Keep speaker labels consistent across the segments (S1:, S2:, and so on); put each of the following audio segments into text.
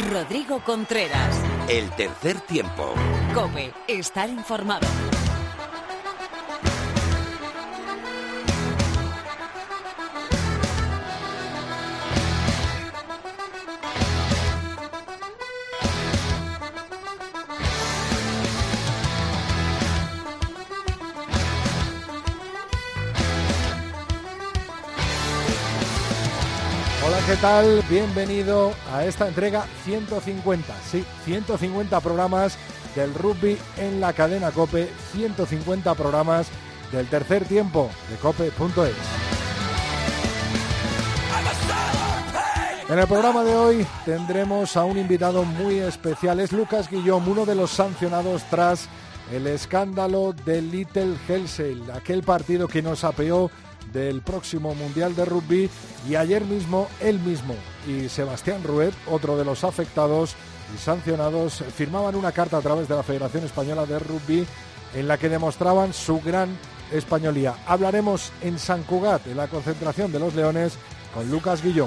S1: Rodrigo Contreras.
S2: El tercer tiempo.
S1: COPE, estar informado.
S3: Hola, ¿qué tal? Bienvenido a esta entrega 150. Sí, 150 programas del rugby en la cadena COPE, 150 programas del tercer tiempo de COPE.es. En el programa de hoy tendremos a un invitado muy especial. Es Lucas Guillón, uno de los sancionados tras el escándalo de Little Hellsale, aquel partido que nos apeó del próximo Mundial de Rugby, y ayer mismo él mismo y Sebastián Ruet, otro de los afectados y sancionados, firmaban una carta a través de la Federación Española de Rugby en la que demostraban su gran españolía. Hablaremos en Sant Cugat, en la concentración de los Leones, con Lucas Guillón.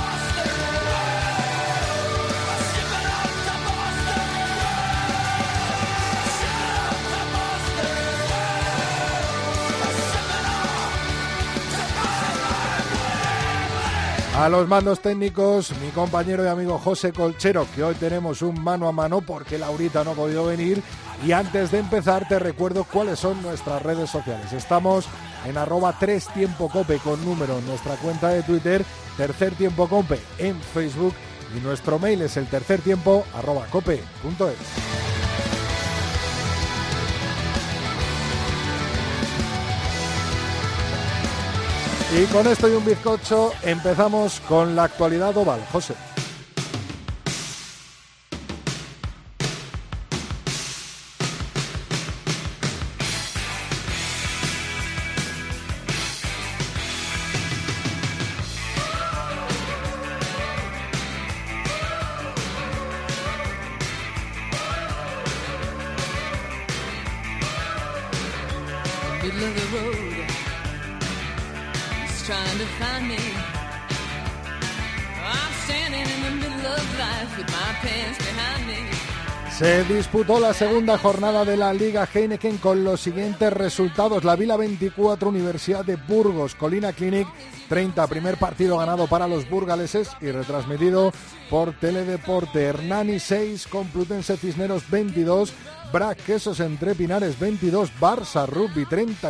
S3: A los mandos técnicos, mi compañero y amigo José Colchero, que hoy tenemos un mano a mano porque Laurita no ha podido venir. Y antes de empezar te recuerdo cuáles son nuestras redes sociales. Estamos en @3tiempocope con número en nuestra cuenta de Twitter, Tercer Tiempo Cope en Facebook, y nuestro mail es eltercertiempo@cope.es. Y con esto y un bizcocho empezamos con la actualidad oval. José. Se disputó la segunda jornada de la Liga Heineken con los siguientes resultados. La Vila 24, Universidad de Burgos, Colina Clinic 30. Primer partido ganado para los burgaleses y retransmitido por Teledeporte. Hernani 6, Complutense Cisneros 22. Brac Quesos Entre Pinares 22, Barça Rugby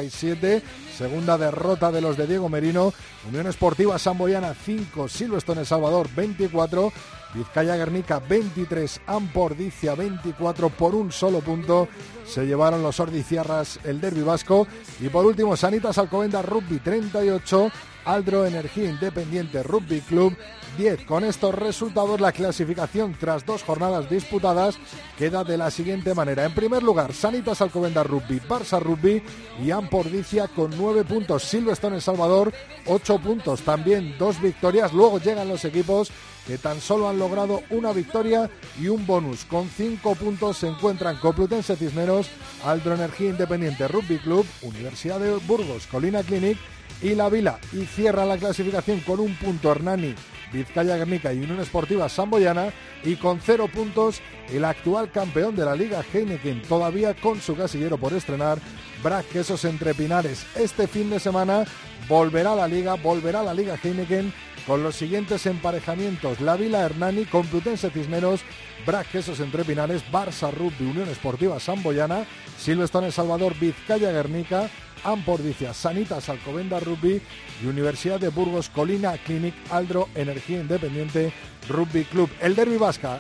S3: 37, segunda derrota de los de Diego Merino. Unión Esportiva Samboyana 5, Silverstone El Salvador 24, Vizcaya Guernica 23, Ampordicia 24, por un solo punto se llevaron los ordiciarras el derbi vasco. Y por último, Sanitas Alcobendas Rugby 38, Aldro Energía Independiente Rugby Club 10. Con estos resultados, la clasificación tras 2 jornadas disputadas queda de la siguiente manera. En primer lugar, Sanitas Alcobendas Rugby, Barça Rugby y Ampordicia con 9 puntos. Silverstone El Salvador 8 puntos, también 2 victorias. Luego llegan los equipos que tan solo han logrado una victoria y un bonus. Con 5 puntos se encuentran Complutense Cisneros, Aldro Energía Independiente Rugby Club, Universidad de Burgos, Colina Clinic y La Vila. Y cierra la clasificación con 1 punto Hernani, Vizcaya Guernica y Unión Esportiva Samboyana, y con 0 puntos el actual campeón de la Liga Heineken, todavía con su casillero por estrenar, Brac Quesos Entre Pinares. Este fin de semana volverá la Liga Heineken con los siguientes emparejamientos: La Vila Hernani, Complutense Cisneros, Brac Quesos Entre Pinares, Barça Rugby, Unión Esportiva Samboyana, Silverstone El Salvador, Vizcaya Guernica, Ampordicia, Sanitas Alcobendas Rugby y Universidad de Burgos, Colina Clinic, Aldro Energía Independiente Rugby Club. El derbi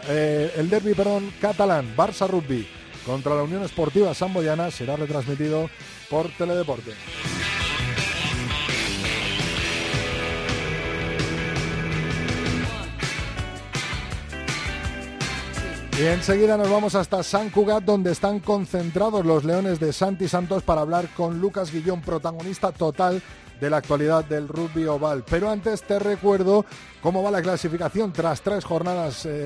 S3: catalán, Barça Rugby contra la Unión Esportiva Samboyana, será retransmitido por Teledeporte. Y enseguida nos vamos hasta Sant Cugat, donde están concentrados los Leones de Santi Santos para hablar con Lucas Guillón, protagonista total de la actualidad del rugby oval. Pero antes te recuerdo cómo va la clasificación tras 3 jornadas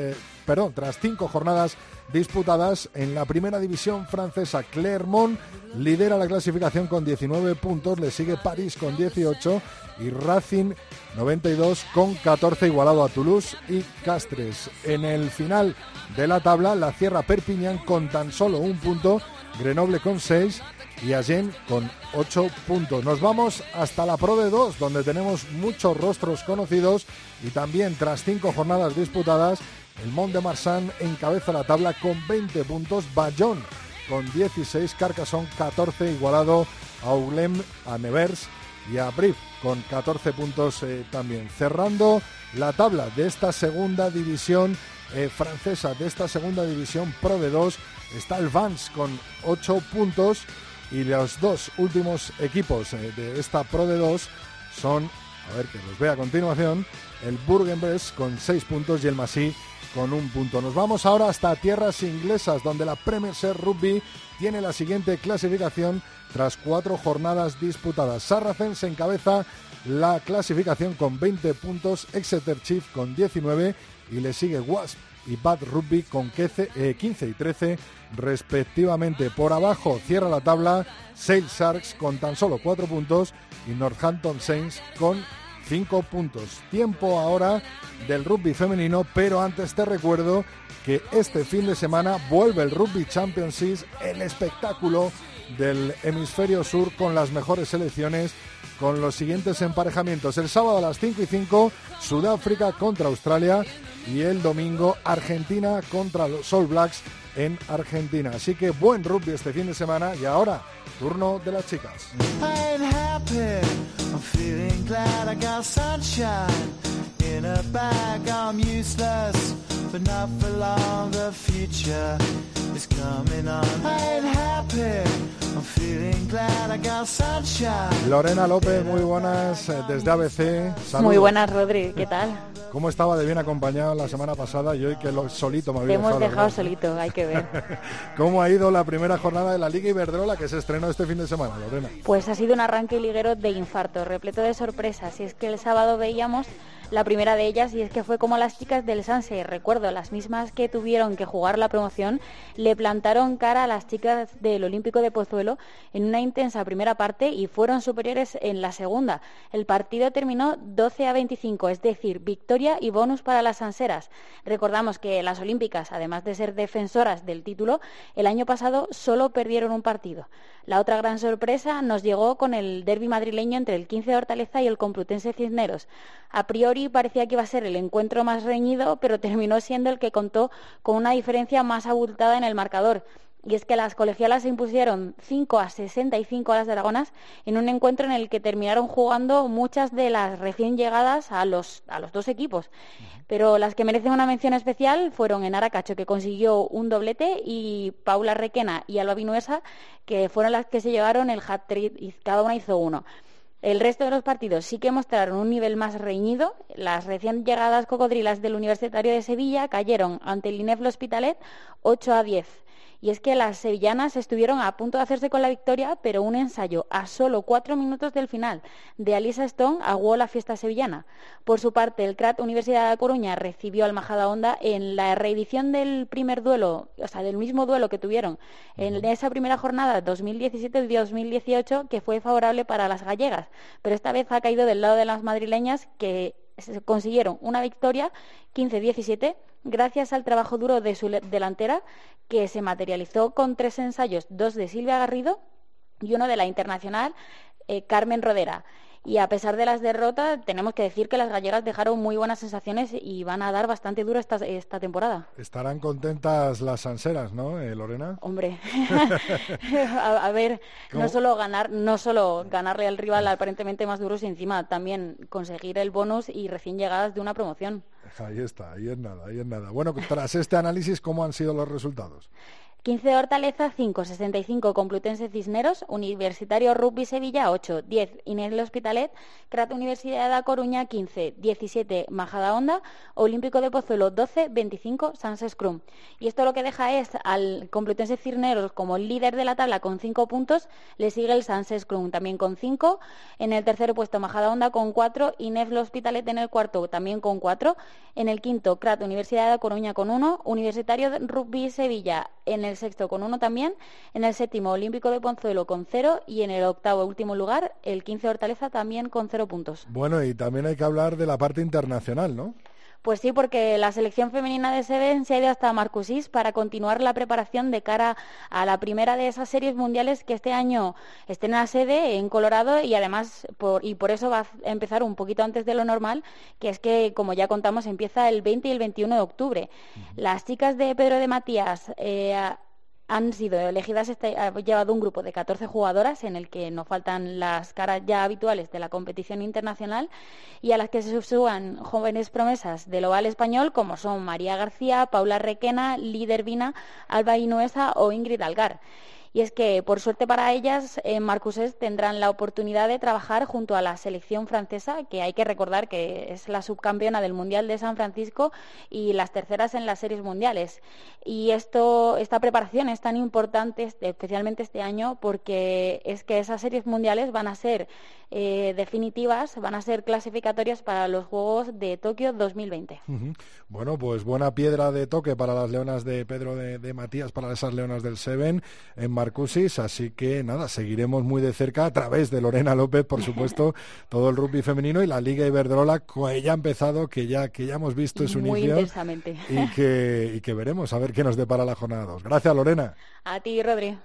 S3: tras 5 jornadas disputadas en la primera división francesa. Clermont lidera la clasificación con 19 puntos, le sigue París con 18 y Racing 92 con 14, igualado a Toulouse y Castres. En el final de la tabla la cierra Perpignan con tan solo 1 punto, Grenoble con 6 y Agen con 8 puntos. Nos vamos hasta la Pro D2, donde tenemos muchos rostros conocidos y también tras 5 jornadas disputadas, el Mont-de-Marsan encabeza la tabla con 20 puntos, Bayonne con 16, Carcassonne 14, igualado a Angoulême, a Nevers y a Brive con 14 puntos también. Cerrando la tabla de esta segunda división francesa, de esta segunda división Pro D2, está el Vans con 8 puntos y los dos últimos equipos de esta Pro D2 son, a ver que los vea a continuación, el Bourg-en-Bresse con 6 puntos y el Massy con 1 punto. Nos vamos ahora hasta tierras inglesas, donde la Premier League Rugby tiene la siguiente clasificación tras 4 jornadas disputadas. Saracens encabeza la clasificación con 20 puntos, Exeter Chiefs con 19 y le sigue Wasps y Bath Rugby con 15 y 13 respectivamente. Por abajo cierra la tabla Sale Sharks con tan solo 4 puntos y Northampton Saints con 5 puntos. Tiempo ahora del rugby femenino, pero antes te recuerdo que este fin de semana vuelve el Rugby Championship, el espectáculo del hemisferio sur con las mejores selecciones, con los siguientes emparejamientos. El sábado a las 5:05, Sudáfrica contra Australia y el domingo Argentina contra los All Blacks en Argentina. Así que buen rugby este fin de semana y ahora, turno de las chicas. I'm feeling glad I got sunshine in a bag. I'm useless, but not for long. The future is coming on. I ain't happy. I'm feeling glad I got sunshine. Lorena López, muy buenas desde ABC. Saludos.
S4: Muy buenas, Rodri. ¿Qué tal?
S3: ¿Cómo estaba de bien acompañado la semana pasada y hoy que solito me había
S4: dejado? Te hemos dejado solito, hay que ver.
S3: ¿Cómo ha ido la primera jornada de la Liga Iberdrola que se estrenó este fin de semana, Lorena?
S4: Pues ha sido un arranque liguero de infarto, repleto de sorpresas. Y es que el sábado veíamos la primera de ellas y es que fue como las chicas del Sanse, recuerdo, las mismas que tuvieron que jugar la promoción, le plantaron cara a las chicas del Olímpico de Pozuelo en una intensa primera parte y fueron superiores en la segunda. El partido terminó 12-25, es decir, victoria y bonus para las sanseras. Recordamos que las olímpicas, además de ser defensoras del título, el año pasado solo perdieron un partido. La otra gran sorpresa nos llegó con el derbi madrileño entre el 15 de Hortaleza y el Complutense Cisneros. A priori parecía que iba a ser el encuentro más reñido, pero terminó siendo el que contó con una diferencia más abultada en el marcador. Y es que las colegialas se impusieron 5-65 a las dragonas en un encuentro en el que terminaron jugando muchas de las recién llegadas a los dos equipos. Pero las que merecen una mención especial fueron Enara Cacho, que consiguió un doblete, y Paula Requena y Alba Vinuesa, que fueron las que se llevaron el hat-trick y cada una hizo uno. El resto de los partidos sí que mostraron un nivel más reñido. Las recién llegadas cocodrilas del Universitario de Sevilla cayeron ante el INEF L'Hospitalet 8-10. Y es que las sevillanas estuvieron a punto de hacerse con la victoria, pero un ensayo a solo 4 minutos del final de Alisa Stone aguó la fiesta sevillana. Por su parte, el CRAT Universidad de Coruña recibió al Majadahonda en la reedición del primer duelo, o sea, del mismo duelo que tuvieron en esa primera jornada 2017-2018, que fue favorable para las gallegas, pero esta vez ha caído del lado de las madrileñas, que consiguieron una victoria 15-17 gracias al trabajo duro de su delantera, que se materializó con 3 ensayos, 2 de Silvia Garrido y 1 de la internacional Carmen Rodera. Y a pesar de las derrotas, tenemos que decir que las gallegas dejaron muy buenas sensaciones y van a dar bastante duro esta temporada.
S3: Estarán contentas las sanseras, ¿no, Lorena?
S4: Hombre, a ver, no solo ganarle al rival aparentemente más duro, sino encima también conseguir el bonus y recién llegadas de una promoción.
S3: Ahí está, ahí es nada. Bueno, tras este análisis, ¿cómo han sido los resultados?
S4: 15 de Hortaleza, 5, 65 Complutense Cisneros, Universitario Rugby Sevilla 8, 10 Inés L'Hospitalet, Crat Universidad de Coruña 15, 17 Majadahonda, Olímpico de Pozuelo 12, 25 Sans Scrum. Y esto lo que deja es al Complutense Cisneros como líder de la tabla con 5 puntos, le sigue el Sans Scrum también con 5, en el tercer puesto Majadahonda con 4, Inés L'Hospitalet en el cuarto también con 4, en el quinto Crat Universidad de Coruña con 1, Universitario de Rugby Sevilla en el sexto con 1 también, en el séptimo Olímpico de Pozuelo con 0 y en el octavo último lugar el 15 Hortaleza también con 0 puntos.
S3: Bueno, y también hay que hablar de la parte internacional, ¿no?
S4: Pues sí, porque la selección femenina de Seven se ha ido hasta Marcoussis para continuar la preparación de cara a la primera de esas series mundiales que este año estén en la sede en Colorado y además por eso va a empezar un poquito antes de lo normal, que es que, como ya contamos, empieza el 20 y el 21 de octubre. Las chicas de Pedro de Matías han sido elegidas, ha llevado un grupo de 14 jugadoras en el que no faltan las caras ya habituales de la competición internacional y a las que se suban jóvenes promesas del oval español como son María García, Paula Requena, Líder Vina, Alba Inuesa o Ingrid Algar. Y es que, por suerte para ellas, en Marcoussis tendrán la oportunidad de trabajar junto a la selección francesa, que hay que recordar que es la subcampeona del Mundial de San Francisco y las terceras en las series mundiales. Y esta preparación es tan importante, especialmente este año, porque es que esas series mundiales van a ser definitivas, van a ser clasificatorias para los Juegos de Tokio 2020.
S3: Bueno, pues buena piedra de toque para las leonas de Pedro de Matías, para esas leonas del Seven en Marcoussis, así que nada, seguiremos muy de cerca a través de Lorena López, por supuesto, todo el rugby femenino y la Liga Iberdrola que ya ha empezado, que ya hemos visto su
S4: muy
S3: inicio
S4: intensamente.
S3: y que veremos a ver qué nos depara la jornada 2. Gracias, Lorena.
S4: A ti, Rodri.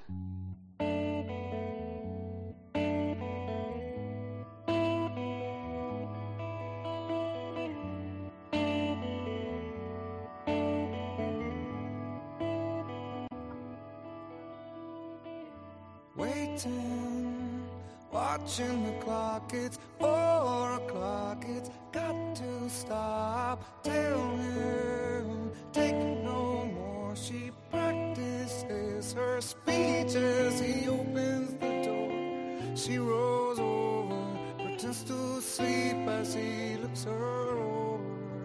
S5: Watching the clock, it's 4 o'clock, it's got to stop. Tell him, take no more. She practices her speech as he opens the door. She rolls over, pretends to sleep as he looks her over.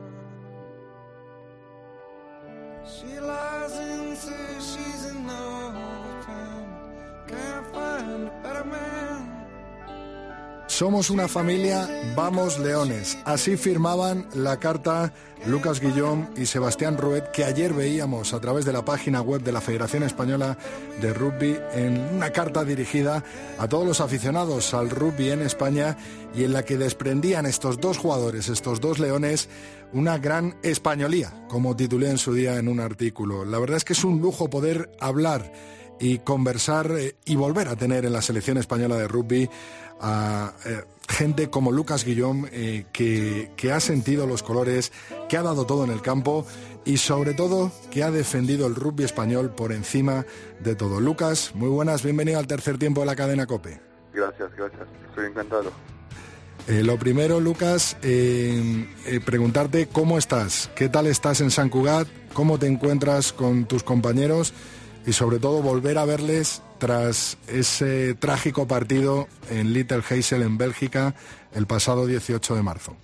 S5: She lies and says she's in love with him. Can't find a better man.
S3: Somos una familia, vamos Leones. Así firmaban la carta Lucas Guillón y Sebastián Ruet, que ayer veíamos a través de la página web de la Federación Española de Rugby, en una carta dirigida a todos los aficionados al rugby en España y en la que desprendían estos dos jugadores, estos dos leones, una gran españolía, como titulé en su día en un artículo. La verdad es que es un lujo poder hablar y conversar y volver a tener en la selección española de rugby a gente como Lucas Guillón, que ha sentido los colores, que ha dado todo en el campo y sobre todo que ha defendido el rugby español por encima de todo. Lucas, muy buenas, bienvenido al tercer tiempo de la cadena COPE.
S6: Gracias, estoy encantado.
S3: Lo primero, Lucas, preguntarte cómo estás, qué tal estás en Sant Cugat, cómo te encuentras con tus compañeros y sobre todo volver a verles tras ese trágico partido en Little Hassel en Bélgica el pasado 18 de marzo.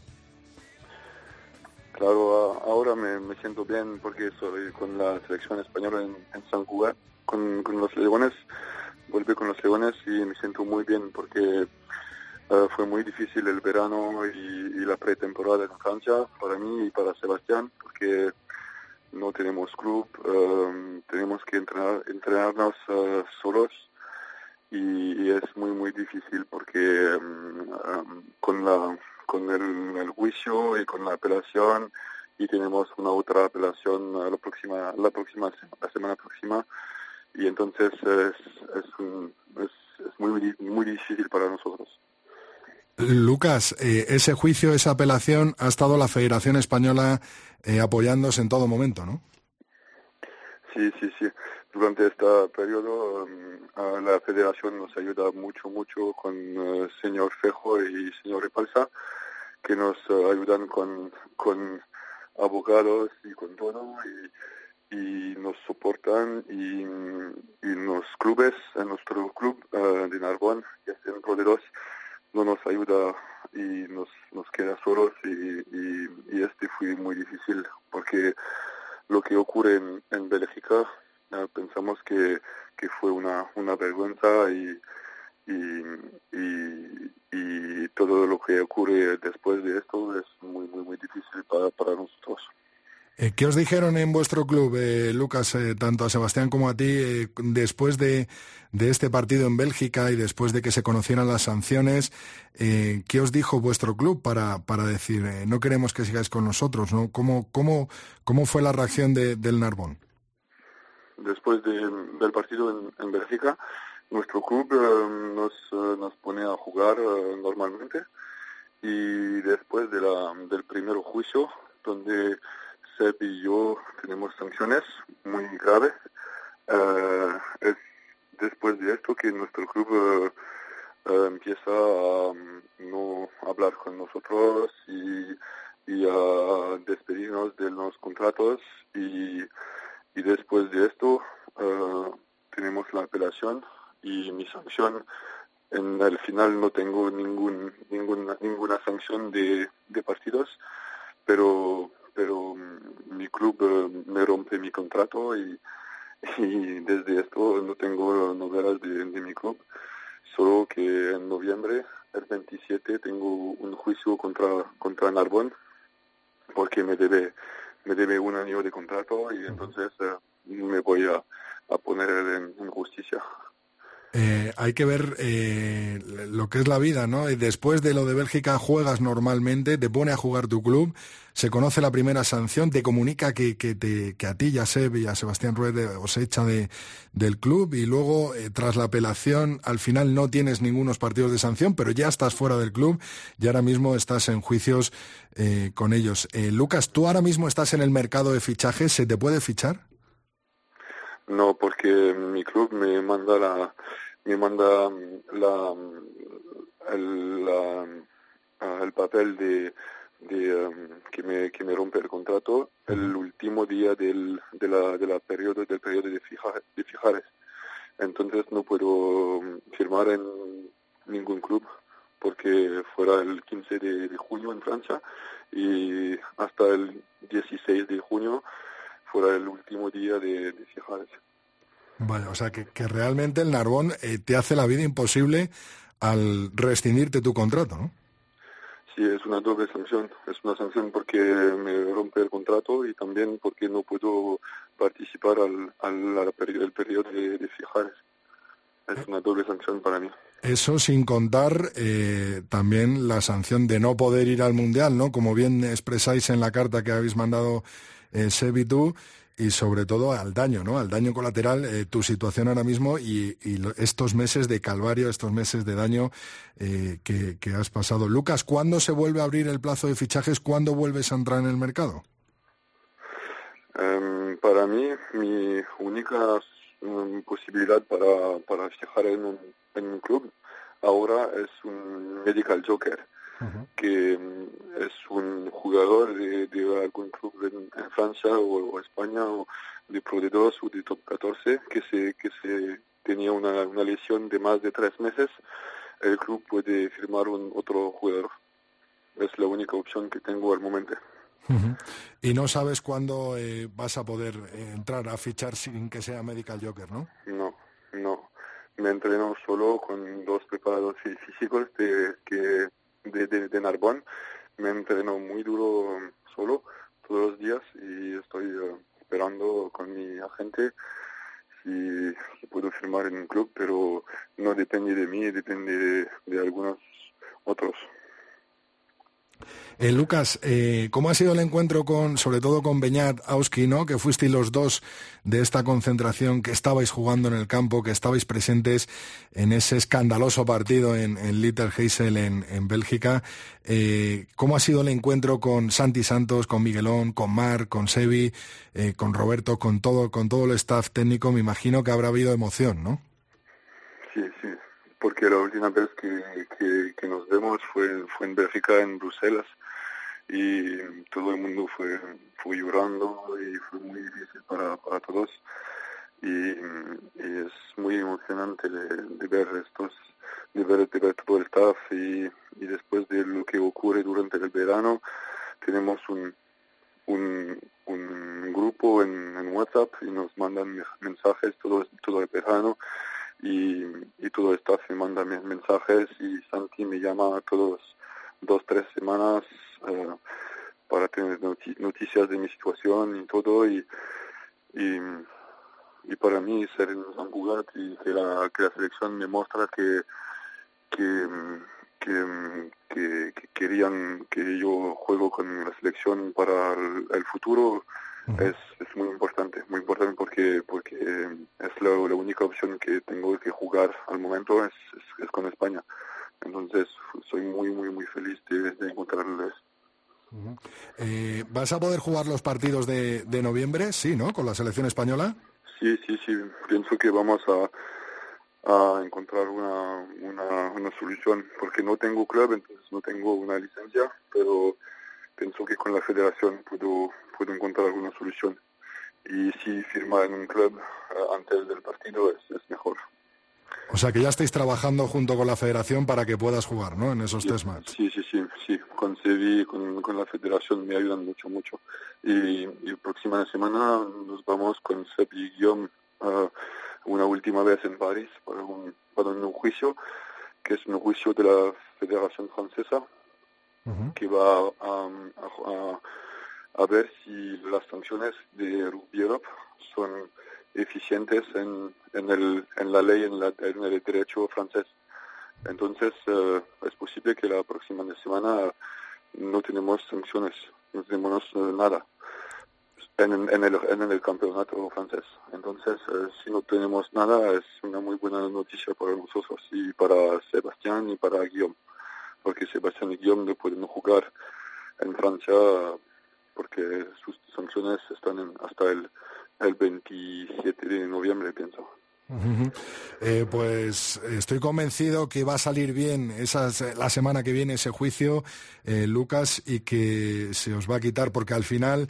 S6: Claro, ahora me siento bien porque estoy con la selección española en Sant Cugat, con los Leones, volví con los Leones y me siento muy bien porque fue muy difícil el verano y la pretemporada en Francia para mí y para Sebastián, porque no tenemos club, tenemos que entrenarnos solos y es muy difícil porque con el juicio y con la apelación y tenemos una otra apelación la semana próxima y entonces es muy difícil para nosotros.
S3: Lucas, ese juicio, esa apelación, ha estado la Federación Española apoyándose en todo momento, ¿no?
S6: Sí. Durante este periodo la Federación nos ayuda mucho con el señor Fejo y señor Repalsa, que nos ayudan con abogados y con todo. y nos soportan y los clubes, en nuestro club de Narbonne, que es dentro de dos, no nos ayuda y nos queda solos y este fue muy difícil porque lo que ocurre en Bélgica pensamos que fue una vergüenza y todo lo que ocurre después de esto es muy muy muy difícil para nosotros.
S3: ¿Qué os dijeron en vuestro club, Lucas, tanto a Sebastián como a ti, después de este partido en Bélgica y después de que se conocieran las sanciones? ¿Qué os dijo vuestro club para decir, no queremos que sigáis con nosotros, ¿no? ¿Cómo fue la reacción del Narbonne?
S6: Después del partido en Bélgica, nuestro club nos pone a jugar normalmente y después del primer juicio, donde Seb y yo tenemos sanciones muy graves, es después de esto que nuestro club empieza a no hablar con nosotros y a despedirnos de los contratos y después de esto tenemos la apelación y mi sanción. En el final no tengo ninguna sanción de partidos, pero mi club me rompe mi contrato y desde esto no tengo novedades de mi club, solo que en noviembre, el 27, tengo un juicio contra Narbonne porque me debe 1 año de contrato y entonces me voy a poner en justicia.
S3: Hay que ver lo que es la vida, ¿no? Y después de lo de Bélgica juegas normalmente, te pone a jugar tu club, se conoce la primera sanción, te comunica que a ti, a Seb y a Sebastián Rued os echa del club y luego tras la apelación al final no tienes ningunos partidos de sanción, pero ya estás fuera del club y ahora mismo estás en juicios con ellos. Lucas, ¿tú ahora mismo estás en el mercado de fichajes? ¿Se te puede fichar?
S6: No, porque mi club me manda el papel de que me rompe el contrato el último día del periodo de fijares. Entonces no puedo firmar en ningún club porque fuera el 15 de junio en Francia y hasta el 16 de junio fuera el último día de fijares.
S3: Vale, o sea que realmente el Narbonne te hace la vida imposible al rescindirte tu contrato, ¿no? Sí,
S6: es una doble sanción. Es una sanción porque me rompe el contrato y también porque no puedo participar al periodo de fijares. Es una doble sanción para mí.
S3: Eso sin contar también la sanción de no poder ir al Mundial, ¿no? Como bien expresáis en la carta que habéis mandado Seb y tú, y sobre todo al daño, ¿no? Al daño colateral, tu situación ahora mismo y estos meses de calvario, estos meses de daño que has pasado. Lucas, ¿cuándo se vuelve a abrir el plazo de fichajes? ¿Cuándo vuelves a entrar en el mercado?
S6: Para mí, mi única posibilidad para fijar en un club ahora es un medical joker. Que es un jugador de algún club en Francia o España o de Pro D2 o de Top 14 que se tenía una lesión de más de 3 meses. El club puede firmar otro jugador. Es la única opción que tengo al momento.
S3: Y no sabes cuándo vas a poder entrar a fichar sin que sea medical joker, ¿no?
S6: No. Me entreno solo con 2 preparadores físicos de Narbonne. Me entreno muy duro solo todos los días y estoy esperando con mi agente si puedo firmar en un club, pero no depende de mí, depende de algunos otros.
S3: Lucas, ¿cómo ha sido el encuentro sobre todo con Beñat Auski, ¿no? Que fuisteis los dos de esta concentración, que estabais jugando en el campo, que estabais presentes en ese escandaloso partido en Little Heysel en Bélgica? ¿Cómo ha sido el encuentro con Santi Santos, con Miguelón, con Marc, con Sebi, con Roberto, con todo el staff técnico? Me imagino que habrá habido emoción, ¿no?
S6: Sí, porque la última vez que nos vemos fue en Bélgica, en Bruselas, y todo el mundo fue llorando y fue muy difícil para todos. Y es muy emocionante de ver de ver todo el staff y después de lo que ocurre durante el verano tenemos un grupo en WhatsApp y nos mandan mensajes todo el verano y todo el staff me manda mensajes y Santi me llama todos 2-3 semanas para tener noticias de mi situación y todo y para mí ser en Sant Cugat y que la selección me muestra que querían que yo juego con la selección para el futuro. Es muy importante porque es la única opción que tengo que jugar al momento es con España. Entonces soy muy muy muy feliz de encontrarles.
S3: ¿Vas a poder jugar los partidos de noviembre? Sí, ¿no? Con la selección española.
S6: Sí, pienso que vamos a encontrar una solución, porque no tengo club, entonces no tengo una licencia, pero pienso que con la federación puedo encontrar alguna solución. Y si firmar en un club antes del partido es mejor.
S3: O sea que ya estáis trabajando junto con la federación para que puedas jugar, ¿no? En esos test match.
S6: Sí. Con Sevi, con la federación me ayudan mucho. Y próxima semana nos vamos con Seb y Guillaume una última vez en París para un juicio, que es un juicio de la Federación Francesa, que va a ver si las sanciones de Rugby Europe son eficientes en la ley, en el derecho francés. Entonces es posible que la próxima semana no tenemos sanciones, no tenemos nada en el campeonato francés. Entonces si no tenemos nada es una muy buena noticia para nosotros y para Sebastián y para Guillaume, porque Sebastián y Guillaume no pueden jugar en Francia porque sus sanciones están hasta el 27 de noviembre, pienso.
S3: Pues estoy convencido que va a salir bien la semana que viene ese juicio, Lucas, y que se os va a quitar, porque al final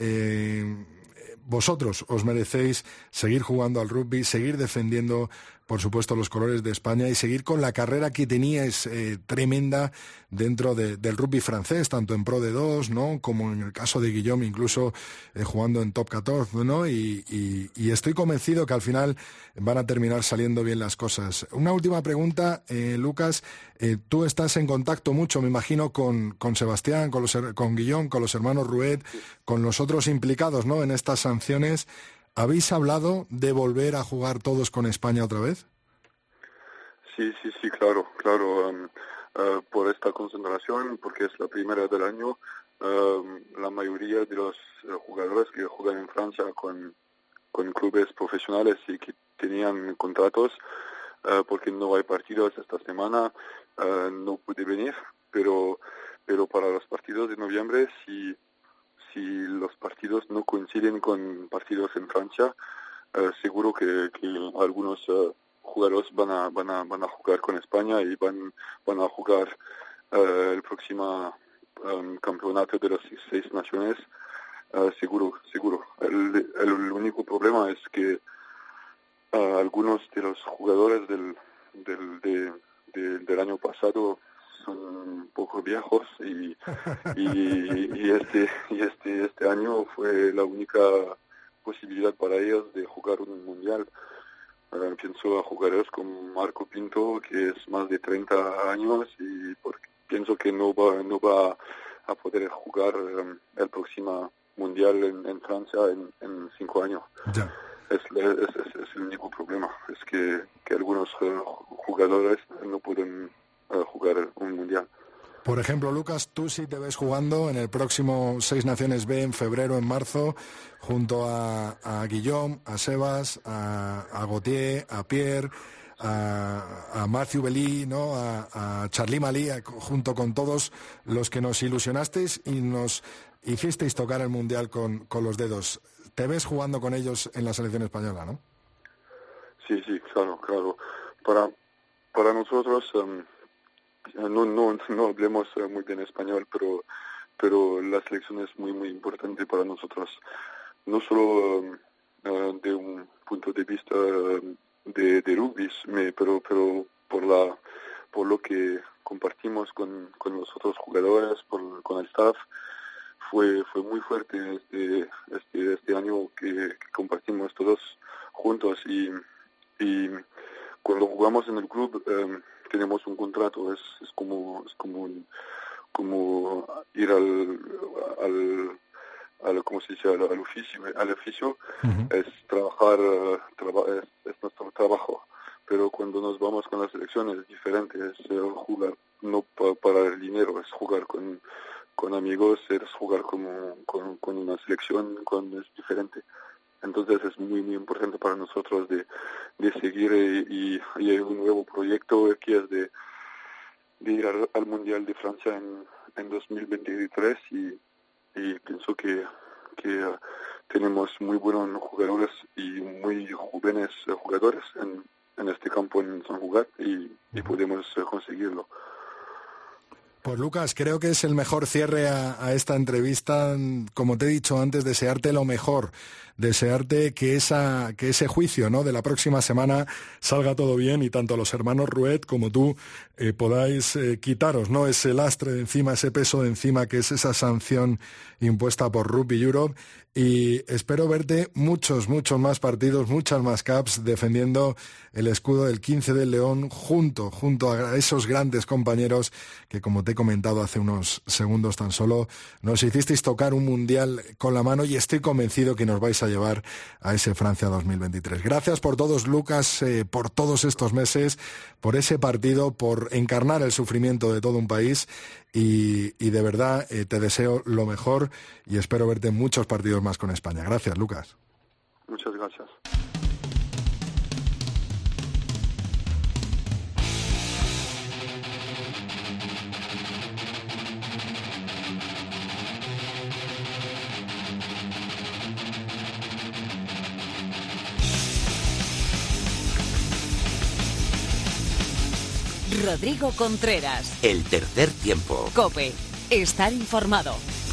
S3: vosotros os merecéis seguir jugando al rugby, seguir defendiendo, por supuesto, los colores de España y seguir con la carrera que teníais tremenda dentro del rugby francés, tanto en Pro D2, ¿no? Como en el caso de Guillaume, incluso jugando en Top 14, ¿no? Y estoy convencido que al final van a terminar saliendo bien las cosas. Una última pregunta, Lucas. Tú estás en contacto mucho, me imagino, con Sebastián, con Guillaume, con los hermanos Ruet, con los otros implicados, ¿no? En estas sanciones. ¿Habéis hablado de volver a jugar todos con España otra vez?
S6: Sí, claro. Por esta concentración, porque es la primera del año, la mayoría de los jugadores que juegan en Francia con clubes profesionales y que tenían contratos, porque no hay partidos esta semana, no pude venir, pero para los partidos de noviembre, si los partidos no coinciden con partidos en Francia, seguro que algunos jugadores van a jugar con España y van a jugar el próximo campeonato de las 6 naciones, seguro. El único problema es que algunos de los jugadores del año pasado son un poco viejos y este año fue la única posibilidad para ellos de jugar un mundial. Pienso a jugadores como Marco Pinto, que es más de 30 años y pienso que no va a poder jugar el próximo mundial en Francia en 5 años.
S3: Ya.
S6: Es el único problema, es que algunos jugadores no pueden jugar un mundial.
S3: Por ejemplo, Lucas, tú sí te ves jugando en el próximo 6 Naciones B en febrero, en marzo, junto a Guillaume, a Sebas, a Gauthier, a Pierre, a Matthew Belly, ¿no? A Charly Malí, junto con todos los que nos ilusionasteis y nos hicisteis tocar el mundial con los dedos. Te ves jugando con ellos en la selección española, ¿no?
S6: Sí, claro. Para nosotros, no hablemos muy bien español, pero pero la selección es muy, muy importante para nosotros. No solo de un punto de vista de rugby, pero por lo que compartimos con los otros jugadores, con el staff. Fue muy fuerte este año que compartimos todos juntos y cuando jugamos en el club tenemos un contrato, es como ir al ¿cómo se dice? al oficio. Uh-huh. Es trabajar, es nuestro trabajo, pero cuando nos vamos con la selección es diferente, es jugar no para el dinero, es jugar con amigos, es jugar con una selección, es diferente. Entonces es muy, muy importante para nosotros de seguir y hay un nuevo proyecto que es de ir al Mundial de Francia en 2023 y pienso que tenemos muy buenos jugadores y muy jóvenes jugadores en este campo en San Jugar y podemos conseguirlo.
S3: Pues Lucas, creo que es el mejor cierre a esta entrevista. Como te he dicho antes, desearte lo mejor, desearte que ese juicio, ¿no?, de la próxima semana salga todo bien y tanto los hermanos Ruet como tú podáis quitaros, ¿no?, ese lastre de encima, ese peso de encima que es esa sanción impuesta por Rugby Europe. Y espero verte muchos más partidos, muchas más caps defendiendo el escudo del 15 del León junto a esos grandes compañeros que, como te he comentado hace unos segundos tan solo, nos hicisteis tocar un mundial con la mano y estoy convencido que nos vais a llevar a ese Francia 2023. Gracias por todos, Lucas, por todos estos meses, por ese partido, por encarnar el sufrimiento de todo un país y de verdad te deseo lo mejor y espero verte en muchos partidos más con España. Gracias, Lucas.
S6: Muchas gracias.
S1: Rodrigo Contreras.
S2: El tercer tiempo.
S1: COPE. Estar informado.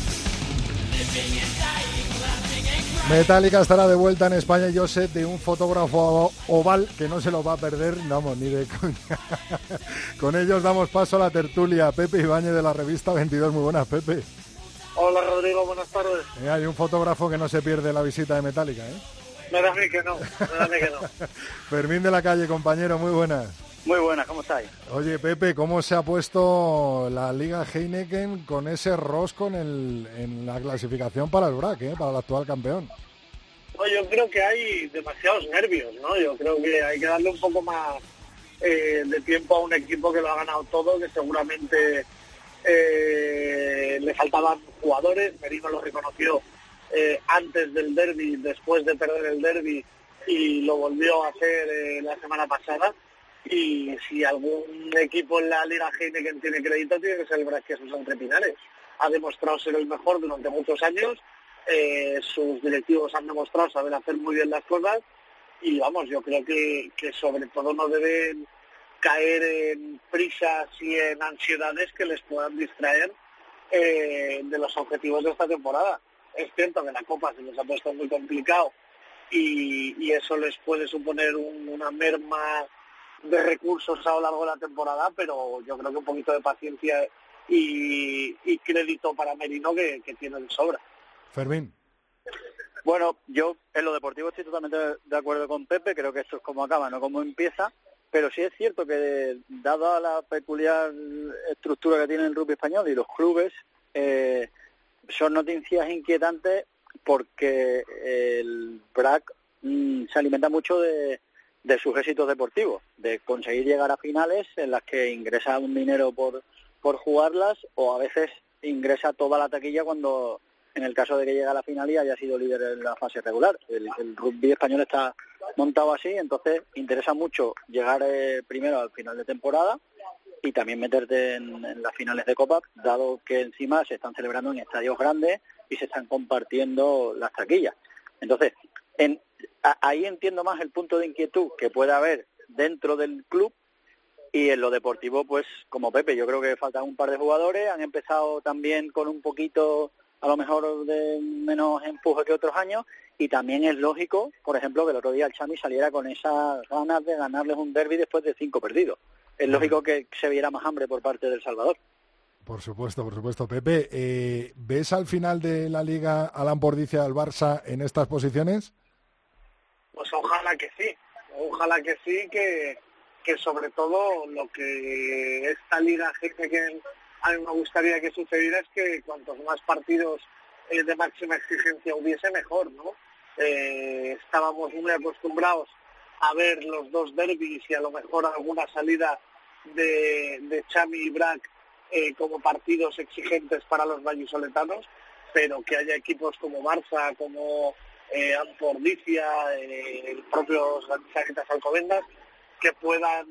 S3: Metallica estará de vuelta en España, Josep, de un fotógrafo oval que no se lo va a perder, vamos, ni de coña. Con ellos damos paso a la tertulia. Pepe Ibáñez de la revista 22. Muy buenas, Pepe.
S7: Hola, Rodrigo, buenas tardes.
S3: Hay un fotógrafo que no se pierde la visita de Metallica, ¿eh?
S7: Me da a mí que no.
S3: Fermín de la Calle, compañero, muy buenas.
S7: Muy buenas, ¿cómo estáis?
S3: Oye, Pepe, ¿cómo se ha puesto la Liga Heineken con ese rosco en la clasificación para el BRAC, para el actual campeón?
S7: No, yo creo que hay demasiados nervios, ¿no? Yo creo que hay que darle un poco más de tiempo a un equipo que lo ha ganado todo, que seguramente le faltaban jugadores. Merino lo reconoció antes del derbi, después de perder el derbi, y lo volvió a hacer la semana pasada. Y si algún equipo en la Liga Heineken tiene crédito, tiene que ser el BRAC Jesús Entre Pinares. Ha demostrado ser el mejor durante muchos años, sus directivos han demostrado saber hacer muy bien las cosas y vamos, yo creo que sobre todo no deben caer en prisas y en ansiedades que les puedan distraer de los objetivos de esta temporada. Es cierto que la Copa se les ha puesto muy complicado y eso les puede suponer una merma de recursos a lo largo de la temporada, pero yo creo que un poquito de paciencia y crédito para Merino que tiene de sobra.
S3: Fermín.
S8: Bueno, yo en lo deportivo estoy totalmente de acuerdo con Pepe, creo que esto es como acaba, no como empieza, pero sí es cierto que dada la peculiar estructura que tiene el rugby español y los clubes, son noticias inquietantes porque el BRAC se alimenta mucho de sus éxitos deportivos, de conseguir llegar a finales en las que ingresa un dinero por jugarlas o a veces ingresa toda la taquilla cuando, en el caso de que llegue a la final y haya sido líder en la fase regular. El rugby español está montado así, entonces interesa mucho llegar primero al final de temporada y también meterte en las finales de Copa, dado que encima se están celebrando en estadios grandes y se están compartiendo las taquillas. Entonces, ahí entiendo más el punto de inquietud que puede haber dentro del club Y en lo deportivo, pues como Pepe, yo creo que faltan un par de jugadores, han empezado también con un poquito, a lo mejor de menos empuje que otros años, y también es lógico, por ejemplo, que el otro día el Chami saliera con esas ganas de ganarles un derbi después de 5 perdidos. Es lógico que se viera más hambre por parte del Salvador.
S3: Por supuesto, Pepe. ¿Ves al final de la Liga a la Ampordicia al Barça en estas posiciones?
S7: Pues ojalá que sí, que sobre todo lo que esta Liga que a mí me gustaría que sucediera es que cuantos más partidos de máxima exigencia hubiese, mejor, ¿no? Estábamos muy acostumbrados a ver los 2 derbis y a lo mejor alguna salida de Chami y Brac como partidos exigentes para los vallisoletanos, pero que haya equipos como Barça, como Ampordicia, el propio Sanitas Alcobendas, que puedan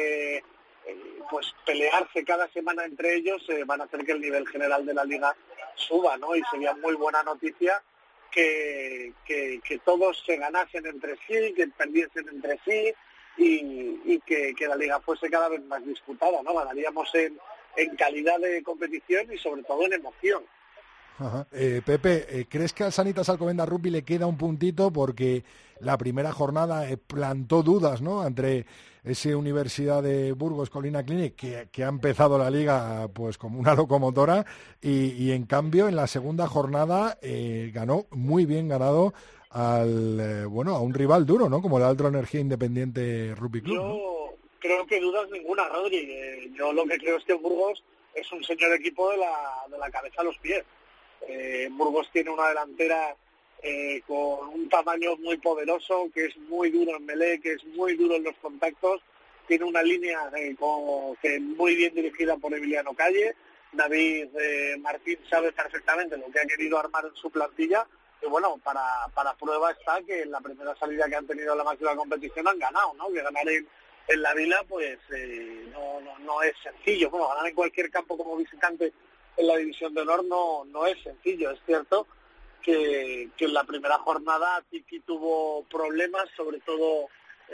S7: pues pelearse cada semana entre ellos, van a hacer que el nivel general de la Liga suba, ¿no? Y sería muy buena noticia que todos se ganasen entre sí, que perdiesen entre sí y que la Liga fuese cada vez más disputada, ¿no? Ganaríamos en calidad de competición y sobre todo en emoción.
S3: Ajá. Pepe, ¿crees que al Sanitas Alcobendas Rugby le queda un puntito? Porque la primera jornada plantó dudas, ¿no?, entre esa Universidad de Burgos Colina Clinic que ha empezado la liga pues como una locomotora y en cambio en la segunda jornada ganó muy bien ganado a un rival duro, ¿no?, como el Altro Energía Independiente Rugby Club.
S7: Yo creo que dudas ninguna, Rodri. Yo lo que creo es que Burgos es un señor equipo de la cabeza a los pies. Burgos tiene una delantera con un tamaño muy poderoso, que es muy duro en melee, que es muy duro en los contactos, tiene una línea que muy bien dirigida por Emiliano Calle. David Martín sabe perfectamente lo que ha querido armar en su plantilla, y bueno, para prueba está que en la primera salida que han tenido en la máxima competición han ganado, ¿no? Que ganar en la Vila pues no es sencillo. Bueno, ganar en cualquier campo como visitante en la División de Honor no es sencillo. Es cierto que en la primera jornada Tiki tuvo problemas, sobre todo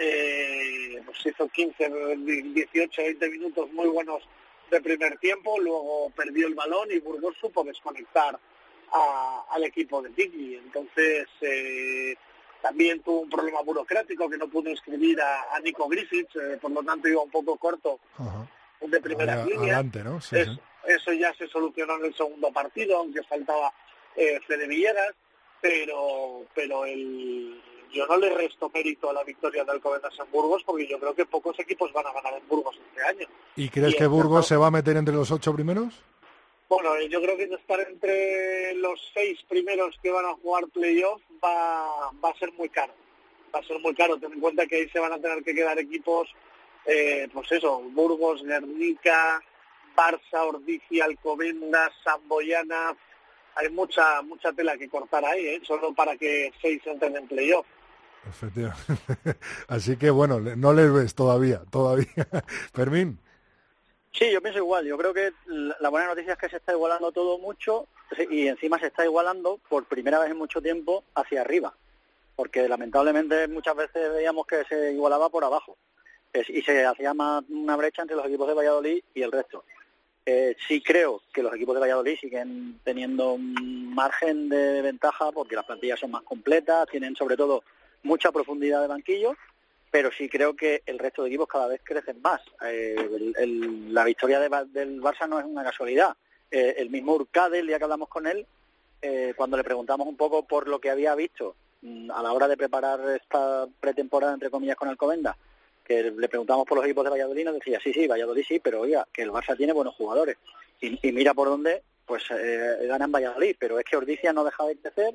S7: pues hizo 15, 18, 20 minutos muy buenos de primer tiempo, luego perdió el balón y Burgos supo desconectar al equipo de Tiki. Entonces también tuvo un problema burocrático, que no pudo inscribir a Nico Griffiths, por lo tanto iba un poco corto. Ajá. De primera línea.
S3: Adelante, ¿no? Sí,
S7: eso ya se solucionó en el segundo partido, aunque faltaba Fede Villegas, pero yo no le resto mérito a la victoria de Alcobendas en Burgos, porque yo creo que pocos equipos van a ganar en Burgos este año.
S3: ¿Y crees que Burgos se va a meter entre los 8 primeros?
S7: Bueno, yo creo que estar entre los 6 primeros que van a jugar playoff va a ser muy caro. Va a ser muy caro. Ten en cuenta que ahí se van a tener que quedar equipos, pues eso, Burgos, Guernica, Barça, Ordicia, Alcobendas, Samboyana. Hay mucha tela que cortar ahí, solo para que 6 entren en playoff.
S3: Efectivamente. Así que bueno, no les ves todavía. Fermín.
S8: Sí, yo pienso igual. Yo creo que la buena noticia es que se está igualando todo mucho y encima se está igualando por primera vez en mucho tiempo hacia arriba, porque lamentablemente muchas veces veíamos que se igualaba por abajo y se hacía más una brecha entre los equipos de Valladolid y el resto. Sí creo que los equipos de Valladolid siguen teniendo un margen de ventaja porque las plantillas son más completas, tienen sobre todo mucha profundidad de banquillo, pero sí creo que el resto de equipos cada vez crecen más. La victoria del Barça no es una casualidad. El mismo Urcade, el día que hablamos con él, cuando le preguntamos un poco por lo que había visto a la hora de preparar esta pretemporada, entre comillas, con Alcobendas, que le preguntamos por los equipos de Valladolid, nos decía, sí, Valladolid sí, pero oiga, que el Barça tiene buenos jugadores. Y mira por dónde, pues gana en Valladolid, pero es que Ordicia no deja de crecer.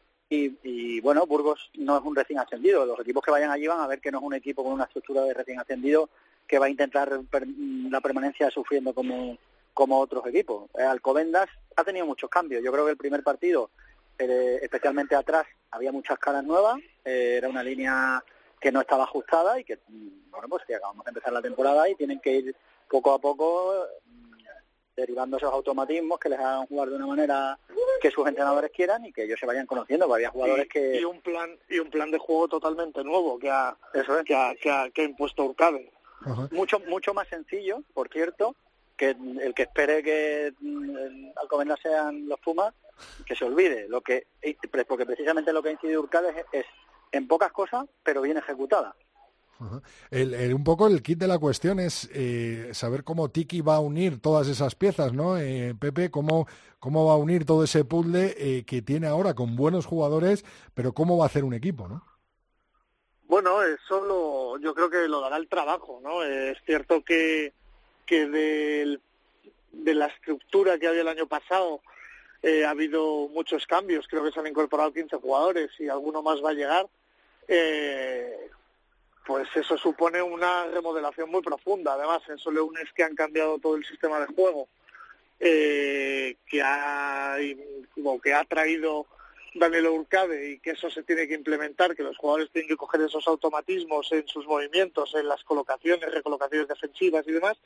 S8: Y bueno, Burgos no es un recién ascendido. Los equipos que vayan allí van a ver que no es un equipo con una estructura de recién ascendido que va a intentar la permanencia sufriendo como otros equipos. Alcobendas ha tenido muchos cambios. Yo creo que el primer partido, especialmente atrás, había muchas caras nuevas. Era una línea que no estaba ajustada y que, bueno, pues que acabamos de empezar la temporada y tienen que ir poco a poco derivando esos automatismos que les hagan jugar de una manera que sus entrenadores quieran y que ellos se vayan conociendo, porque había jugadores que...
S7: Y un plan de juego totalmente nuevo que ha impuesto Urcade.
S8: mucho más sencillo, por cierto, que el que espere que Alcobendas sean los Pumas, que se olvide. Porque precisamente lo que ha incidido Urcade es en pocas cosas, pero bien ejecutada.
S3: Uh-huh. Un poco el kit de la cuestión es saber cómo Tiki va a unir todas esas piezas, ¿no? Pepe, cómo va a unir todo ese puzzle que tiene ahora con buenos jugadores, pero cómo va a hacer un equipo, ¿no?
S7: Bueno, eso yo creo que lo dará el trabajo, ¿no? Es cierto que de la estructura que había el año pasado ha habido muchos cambios, creo que se han incorporado 15 jugadores y alguno más va a llegar. Pues eso supone una remodelación muy profunda. Además, en eso le unes que han cambiado todo el sistema de juego que ha traído Danilo Urcade y que eso se tiene que implementar, que los jugadores tienen que coger esos automatismos en sus movimientos, en las colocaciones, recolocaciones defensivas y demás,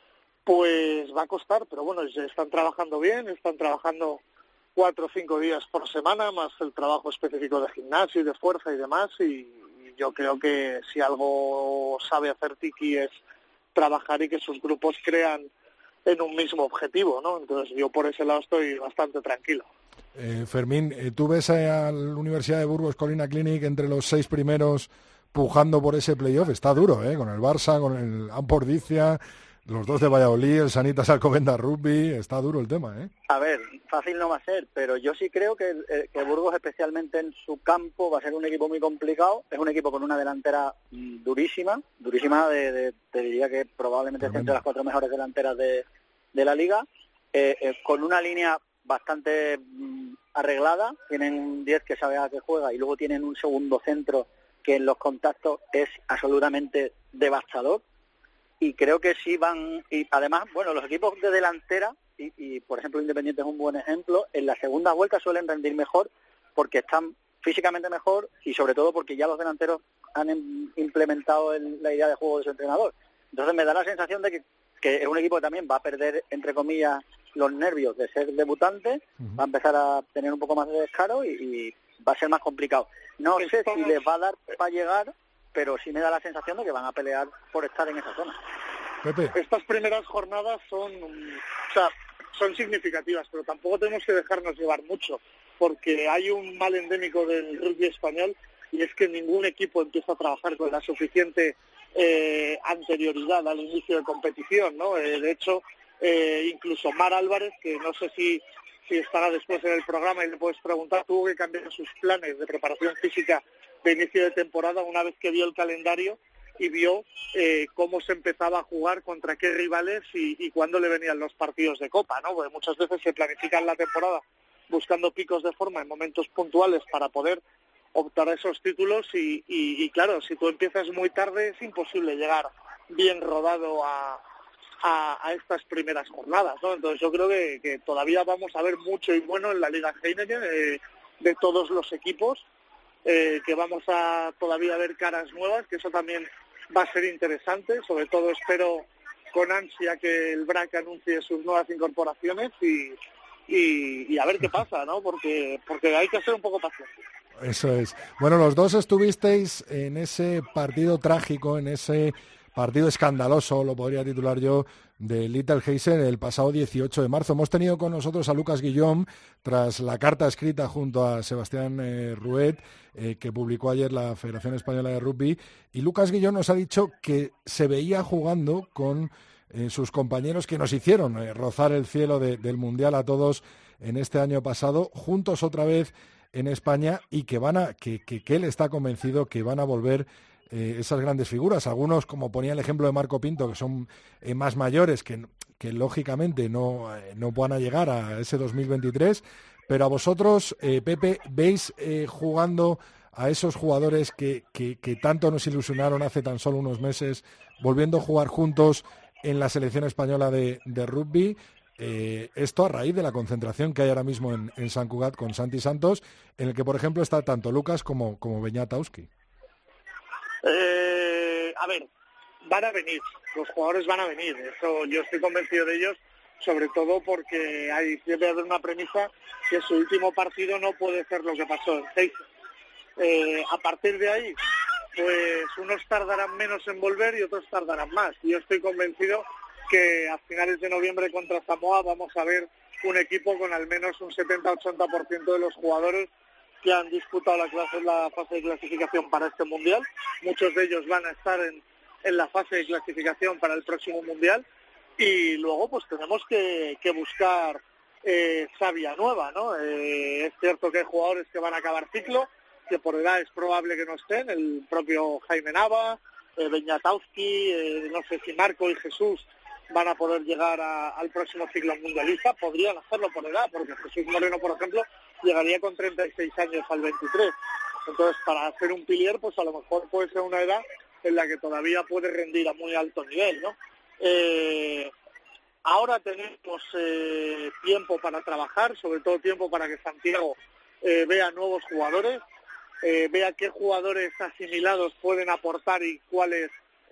S7: pues va a costar. Pero bueno, están trabajando bien, están trabajando 4 o 5 días por semana, más el trabajo específico de gimnasio y de fuerza y demás, y yo creo que si algo sabe hacer Tiki es trabajar y que sus grupos crean en un mismo objetivo, ¿no? Entonces yo por ese lado estoy bastante tranquilo.
S3: Fermín, ¿tú ves a la Universidad de Burgos Colina Clinic entre los 6 primeros pujando por ese playoff? Está duro, con el Barça, con el Ampordicia, los 2 de Valladolid, el Sanitas Alcobendas Rugby, está duro el tema,
S8: A ver, fácil no va a ser, pero yo sí creo que Burgos, especialmente en su campo, va a ser un equipo muy complicado. Es un equipo con una delantera durísima, te diría que probablemente esté entre las 4 mejores delanteras de la liga, con una línea bastante arreglada. Tienen 10 que sabe a qué juega y luego tienen un segundo centro que en los contactos es absolutamente devastador. Y creo que sí van, y además, bueno, los equipos de delantera, y por ejemplo Independiente es un buen ejemplo, en la segunda vuelta suelen rendir mejor porque están físicamente mejor y sobre todo porque ya los delanteros han implementado la idea de juego de su entrenador. Entonces me da la sensación de que es un equipo que también va a perder, entre comillas, los nervios de ser debutante, va a empezar a tener un poco más de descaro y va a ser más complicado. No sé si les va a dar para llegar, pero sí me da la sensación de que van a pelear por estar en esa zona.
S3: Pepe.
S7: Estas primeras jornadas son significativas, pero tampoco tenemos que dejarnos llevar mucho, porque hay un mal endémico del rugby español y es que ningún equipo empieza a trabajar con la suficiente anterioridad al inicio de competición, ¿no? De hecho, incluso Mar Álvarez, que no sé si estará después en el programa y le puedes preguntar, tuvo que cambiar sus planes de preparación física de inicio de temporada una vez que vio el calendario y vio cómo se empezaba a jugar, contra qué rivales y cuándo le venían los partidos de Copa, ¿no? Porque muchas veces se planifican la temporada buscando picos de forma en momentos puntuales para poder optar a esos títulos y claro, si tú empiezas muy tarde es imposible llegar bien rodado a estas primeras jornadas, ¿no? Entonces yo creo que todavía vamos a ver mucho y bueno en la Liga Heineken de todos los equipos, que vamos a todavía ver caras nuevas, que eso también va a ser interesante. Sobre todo espero con ansia que el BRAC anuncie sus nuevas incorporaciones y a ver qué pasa, ¿no? Porque hay que ser un poco pacientes.
S3: Eso es. Bueno, los dos estuvisteis en ese partido trágico, en ese partido escandaloso, lo podría titular yo, de Little Heiser el pasado 18 de marzo. Hemos tenido con nosotros a Lucas Guillón tras la carta escrita junto a Sebastián Ruet que publicó ayer la Federación Española de Rugby, y Lucas Guillón nos ha dicho que se veía jugando con sus compañeros que nos hicieron rozar el cielo del Mundial a todos en este año pasado, juntos otra vez en España, y que él está convencido que van a volver esas grandes figuras. Algunos, como ponía el ejemplo de Marco Pinto, que son más mayores, que lógicamente no van a llegar a ese 2023, pero a vosotros, Pepe, ¿veis jugando a esos jugadores que tanto nos ilusionaron hace tan solo unos meses, volviendo a jugar juntos en la selección española de rugby? Esto a raíz de la concentración que hay ahora mismo en Sant Cugat con Santi Santos, en el que, por ejemplo, está tanto Lucas como Beñat Auski.
S7: A ver, van a venir, los jugadores van a venir, eso yo estoy convencido de ellos, sobre todo porque debe haber una premisa que su último partido no puede ser lo que pasó en Heiser. A partir de ahí, pues unos tardarán menos en volver y otros tardarán más. Yo estoy convencido que a finales de noviembre contra Samoa vamos a ver un equipo con al menos un 70-80% de los jugadores que han disputado la fase de clasificación para este Mundial. Muchos de ellos van a estar en la fase de clasificación para el próximo Mundial, y luego pues tenemos que buscar savia nueva, ¿no? Es cierto que hay jugadores que van a acabar ciclo, que por edad es probable que no estén, el propio Jaime Nava, Beñatowski, no sé si Marco y Jesús van a poder llegar al próximo ciclo mundialista, podrían hacerlo por edad, porque Jesús Moreno, por ejemplo, llegaría con 36 años al 23. Entonces, para hacer un pilier, pues a lo mejor puede ser una edad en la que todavía puede rendir a muy alto nivel, ¿no? Ahora tenemos tiempo para trabajar, sobre todo tiempo para que Santiago vea nuevos jugadores, vea qué jugadores asimilados pueden aportar y cuáles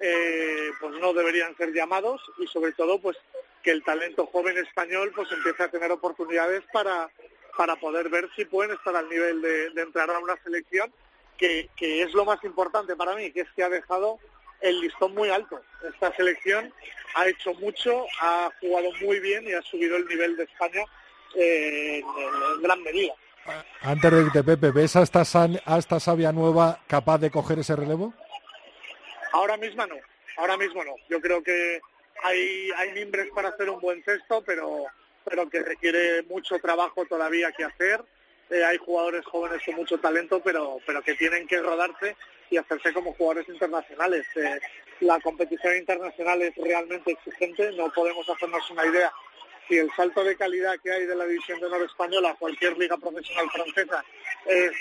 S7: pues no deberían ser llamados, y sobre todo pues que el talento joven español pues empiece a tener oportunidades para poder ver si pueden estar al nivel de entrar a una selección que es lo más importante para mí, que es que ha dejado el listón muy alto. Esta selección ha hecho mucho, ha jugado muy bien y ha subido el nivel de España en gran medida.
S3: Antes de irte, Pepe, ¿ves a esta savia nueva capaz de coger ese relevo?
S7: Ahora mismo no. Yo creo que hay mimbres para hacer un buen cesto, pero que requiere mucho trabajo todavía que hacer. Hay jugadores jóvenes con mucho talento, pero que tienen que rodarse y hacerse como jugadores internacionales. La competición internacional es realmente exigente, no podemos hacernos una idea. Si el salto de calidad que hay de la División de Honor española a cualquier liga profesional francesa es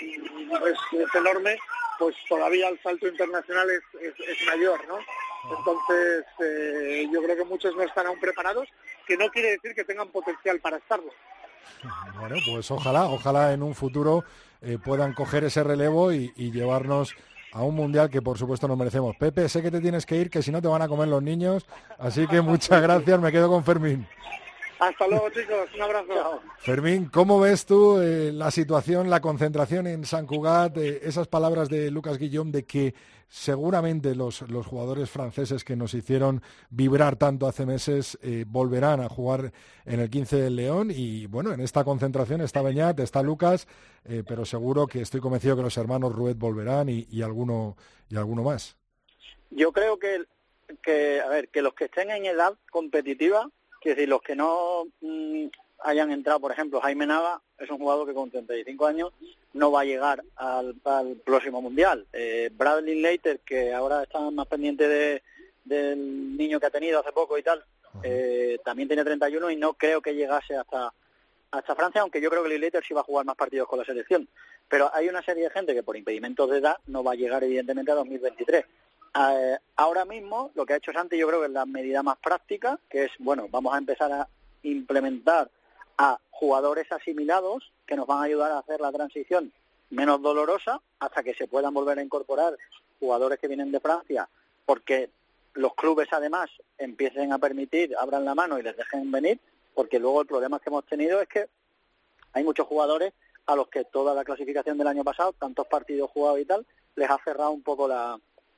S7: enorme, pues todavía el salto internacional es mayor, ¿no? Entonces, yo creo que muchos no están aún preparados, que no quiere decir que tengan potencial para estarlo.
S3: Bueno, pues ojalá en un futuro puedan coger ese relevo y llevarnos a un mundial que por supuesto nos merecemos. Pepe, sé que te tienes que ir, que si no te van a comer los niños, así que muchas gracias, me quedo con Fermín.
S7: Hasta luego, chicos, un abrazo.
S3: Fermín, ¿cómo ves tú la situación, la concentración en Sant Cugat, esas palabras de Lucas Guillaume de que seguramente los jugadores franceses que nos hicieron vibrar tanto hace meses volverán a jugar en el 15 del León? Y bueno, en esta concentración está Beñat, está Lucas, pero seguro que estoy convencido que los hermanos Ruet volverán y alguno más.
S8: Yo creo que los que estén en edad competitiva, que si los que no hayan entrado, por ejemplo, Jaime Nava es un jugador que con 35 años no va a llegar al próximo Mundial. Bradley Leiter, que ahora está más pendiente del niño que ha tenido hace poco y tal, también tiene 31 y no creo que llegase hasta Francia, aunque yo creo que Leiter sí va a jugar más partidos con la selección. Pero hay una serie de gente que por impedimentos de edad no va a llegar evidentemente a 2023. Ahora mismo lo que ha hecho Santi yo creo que es la medida más práctica, que es, bueno, vamos a empezar a implementar a jugadores asimilados que nos van a ayudar a hacer la transición menos dolorosa hasta que se puedan volver a incorporar jugadores que vienen de Francia, porque los clubes además empiecen a permitir, abran la mano y les dejen venir, porque luego el problema que hemos tenido es que hay muchos jugadores a los que toda la clasificación del año pasado, tantos partidos jugados y tal, les ha cerrado un poco la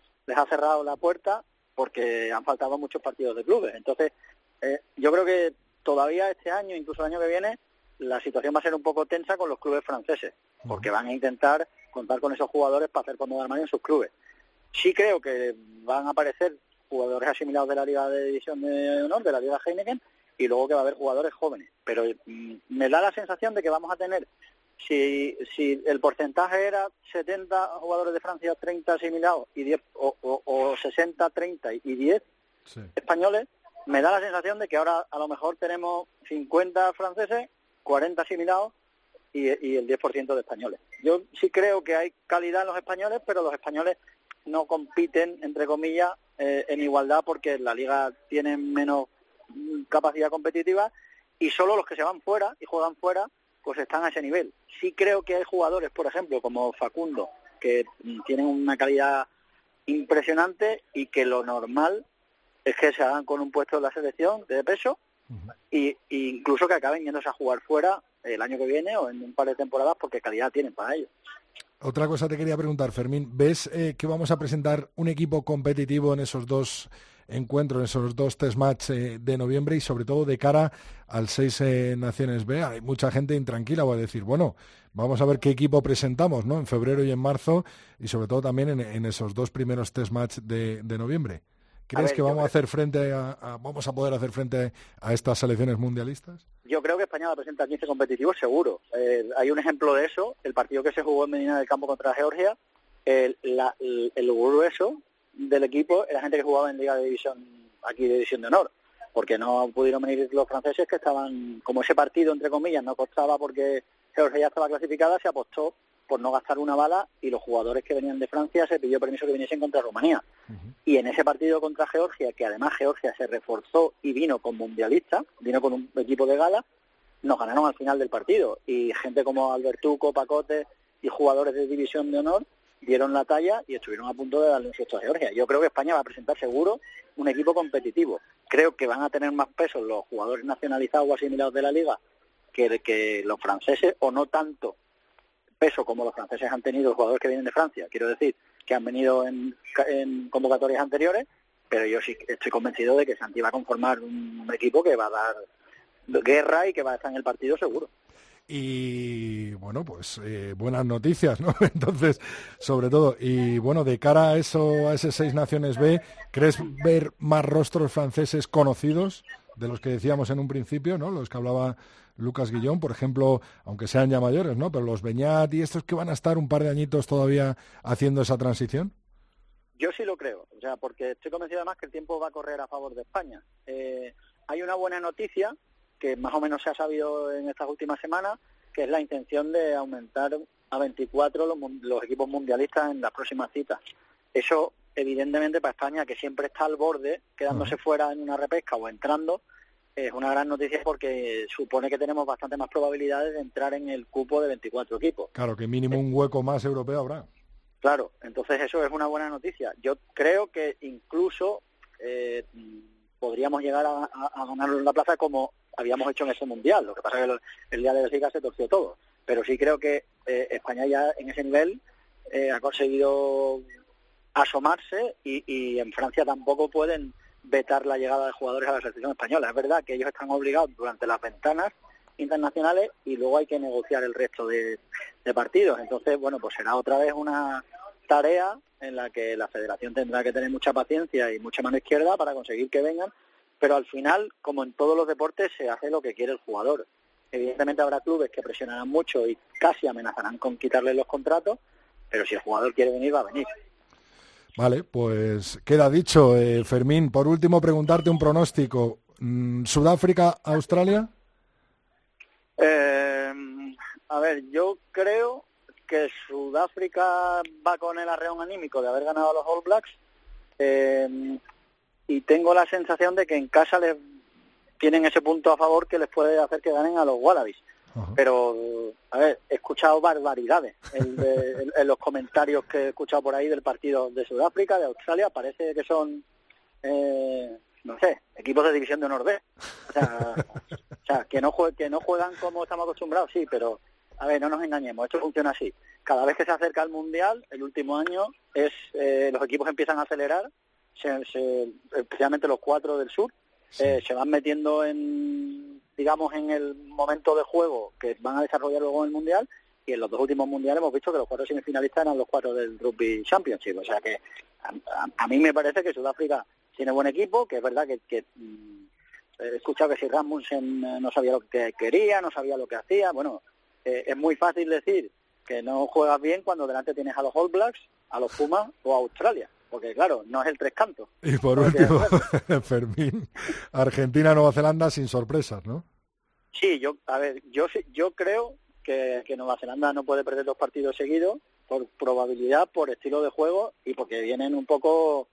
S8: puerta porque han faltado muchos partidos de clubes. Entonces, yo creo que todavía este año, incluso el año que viene, la situación va a ser un poco tensa con los clubes franceses, porque van a intentar contar con esos jugadores para hacer fondo de armario en sus clubes. Sí creo que van a aparecer jugadores asimilados de la Liga de División de Honor, de la Liga Heineken, y luego que va a haber jugadores jóvenes. Pero me da la sensación de que vamos a tener, si el porcentaje era 70 jugadores de Francia, 30 asimilados y 10 o 60, 30 y 10 españoles, me da la sensación de que ahora a lo mejor tenemos 50 franceses, 40 asimilados y el 10% de españoles. Yo sí creo que hay calidad en los españoles, pero los españoles no compiten, entre comillas, en igualdad porque la liga tiene menos capacidad competitiva y solo los que se van fuera y juegan fuera pues están a ese nivel. Sí creo que hay jugadores, por ejemplo, como Facundo, que tienen una calidad impresionante y que lo normal es que se hagan con un puesto en la selección de peso y incluso que acaben yéndose a jugar fuera el año que viene o en un par de temporadas porque calidad tienen para ello.
S3: Otra cosa te quería preguntar, Fermín. ¿Ves que vamos a presentar un equipo competitivo en esos dos encuentros, en esos dos test match de noviembre y sobre todo de cara al 6 Naciones B? Hay mucha gente intranquila, va a decir, bueno, vamos a ver qué equipo presentamos, ¿no? En febrero y en marzo y sobre todo también en esos dos primeros test match de noviembre. ¿Crees que vamos vamos a poder hacer frente a estas selecciones mundialistas?
S8: Yo creo que España va a presentar 15 competitivos seguro. Hay un ejemplo de eso, el partido que se jugó en Medina del Campo contra Georgia. El grueso del equipo era gente que jugaba en Liga de División, aquí de División de Honor, porque no pudieron venir los franceses que estaban, como ese partido, entre comillas, no costaba porque Georgia ya estaba clasificada, se apostó por no gastar una bala y los jugadores que venían de Francia se pidió permiso que viniesen contra Rumanía. Y en ese partido contra Georgia, que además Georgia se reforzó y vino con mundialista, vino con un equipo de gala, nos ganaron al final del partido. Y gente como Albertuco, Pacote y jugadores de División de Honor dieron la talla y estuvieron a punto de darle un susto a Georgia. Yo creo que España va a presentar seguro un equipo competitivo. Creo que van a tener más peso los jugadores nacionalizados o asimilados de la Liga que los franceses, o no tanto peso como los franceses han tenido los jugadores que vienen de Francia. Quiero decir, que han venido en convocatorias anteriores, pero yo sí estoy convencido de que Santi va a conformar un equipo que va a dar guerra y que va a estar en el partido seguro.
S3: Y bueno, pues buenas noticias, ¿no? Entonces, sobre todo, y bueno, de cara a eso, a ese 6 Naciones B, ¿crees ver más rostros franceses conocidos de los que decíamos en un principio, ¿no? Los que hablaba Lucas Guillón, por ejemplo, aunque sean ya mayores, ¿no? Pero los Beñat y estos que van a estar un par de añitos todavía haciendo esa transición.
S8: Yo sí lo creo, o sea, porque estoy convencido además que el tiempo va a correr a favor de España. Hay una buena noticia que más o menos se ha sabido en estas últimas semanas, que es la intención de aumentar a 24 los equipos mundialistas en las próximas citas. Eso, evidentemente, para España, que siempre está al borde, quedándose fuera en una repesca o entrando, es una gran noticia porque supone que tenemos bastante más probabilidades de entrar en el cupo de 24 equipos.
S3: Claro, que mínimo un hueco más europeo habrá.
S8: Claro, entonces eso es una buena noticia. Yo creo que incluso podríamos llegar a ganar la plaza como habíamos hecho en ese mundial. Lo que pasa es que el día de Bélgica se torció todo. Pero sí creo que España ya en ese nivel ha conseguido asomarse y en Francia tampoco pueden vetar la llegada de jugadores a la selección española. Es verdad que ellos están obligados durante las ventanas internacionales y luego hay que negociar el resto de partidos. Entonces, bueno, pues será otra vez una tarea en la que la federación tendrá que tener mucha paciencia y mucha mano izquierda para conseguir que vengan, pero al final, como en todos los deportes, se hace lo que quiere el jugador. Evidentemente habrá clubes que presionarán mucho y casi amenazarán con quitarle los contratos, pero si el jugador quiere venir, va a venir.
S3: Vale, pues queda dicho. Fermín, por último, preguntarte un pronóstico. ¿Sudáfrica-Australia?
S8: A ver, yo creo que Sudáfrica va con el arreón anímico de haber ganado a los All Blacks y tengo la sensación de que en casa les tienen ese punto a favor que les puede hacer que ganen a los Wallabies. Uh-huh. Pero, a ver, he escuchado barbaridades en los comentarios que he escuchado por ahí del partido de Sudáfrica, de Australia. Parece que son, no sé, equipos de División de Honor B. O sea, que no juegan como estamos acostumbrados, sí, pero, a ver, no nos engañemos, esto funciona así. Cada vez que se acerca al Mundial, el último año, los equipos empiezan a acelerar, especialmente los 4 del sur, sí. Se van metiendo en el momento de juego que van a desarrollar luego en el Mundial, y en los 2 últimos Mundiales hemos visto que los 4 semifinalistas eran los 4 del Rugby Championship. O sea que a mí me parece que Sudáfrica tiene buen equipo, que es verdad que he escuchado que si Rasmussen no sabía lo que quería, no sabía lo que hacía. Bueno, es muy fácil decir que no juegas bien cuando delante tienes a los All Blacks, a los Pumas o a Australia. Porque, claro, no es el tres cantos.
S3: Y por último, Fermín, Argentina-Nueva Zelanda sin sorpresas, ¿no?
S8: Sí, yo creo que Nueva Zelanda no puede perder 2 partidos seguidos por probabilidad, por estilo de juego y porque vienen un poco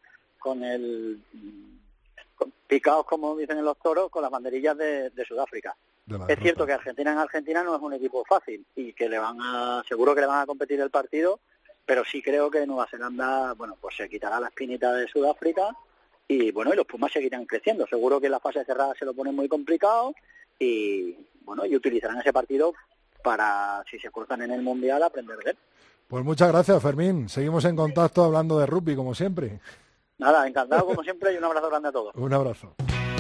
S8: picados, como dicen en los toros, con las banderillas de Sudáfrica. Es cierto que Argentina en Argentina no es un equipo fácil y que seguro que le van a competir el partido, pero sí creo que Nueva Zelanda, bueno, pues se quitará la espinita de Sudáfrica y, bueno, y los Pumas seguirán creciendo. Seguro que en la fase cerrada se lo ponen muy complicado y, bueno, y utilizarán ese partido para, si se cruzan en el Mundial, aprender de él.
S3: Pues muchas gracias, Fermín. Seguimos en contacto hablando de rugby, como siempre.
S8: Nada, encantado como siempre y un abrazo grande a todos.
S3: Un abrazo.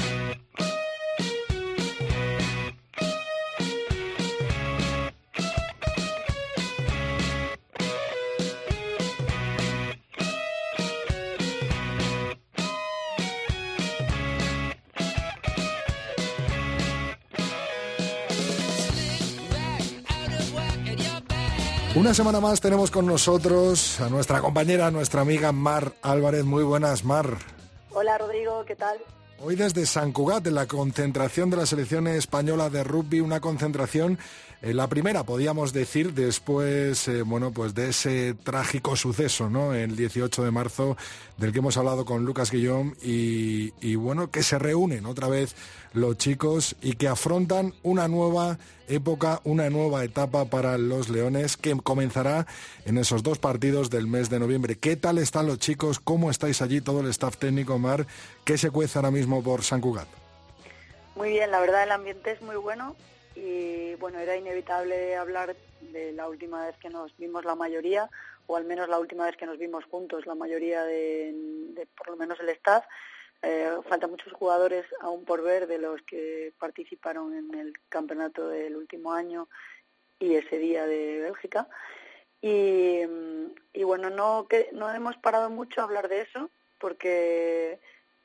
S3: Una semana más tenemos con nosotros a nuestra compañera, a nuestra amiga Mar Álvarez. Muy buenas, Mar.
S9: Hola, Rodrigo, ¿qué tal?
S3: Hoy desde Sant Cugat, en la concentración de la selección española de rugby, una concentración, la primera, podíamos decir, después pues de ese trágico suceso, ¿no? El 18 de marzo, del que hemos hablado con Lucas Guillaume, y bueno, que se reúnen otra vez los chicos y que afrontan una nueva época, una nueva etapa para los Leones, que comenzará en esos 2 partidos del mes de noviembre. ¿Qué tal están los chicos? ¿Cómo estáis allí, todo el staff técnico, Mar? ¿Qué se cuece ahora mismo por Sant Cugat?
S9: Muy bien, la verdad el ambiente es muy bueno y bueno, era inevitable hablar de la última vez que nos vimos la mayoría, o al menos la última vez que nos vimos juntos la mayoría de por lo menos el staff. Faltan muchos jugadores aún por ver de los que participaron en el campeonato del último año y ese día de Bélgica. Y bueno, no hemos parado mucho a hablar de eso porque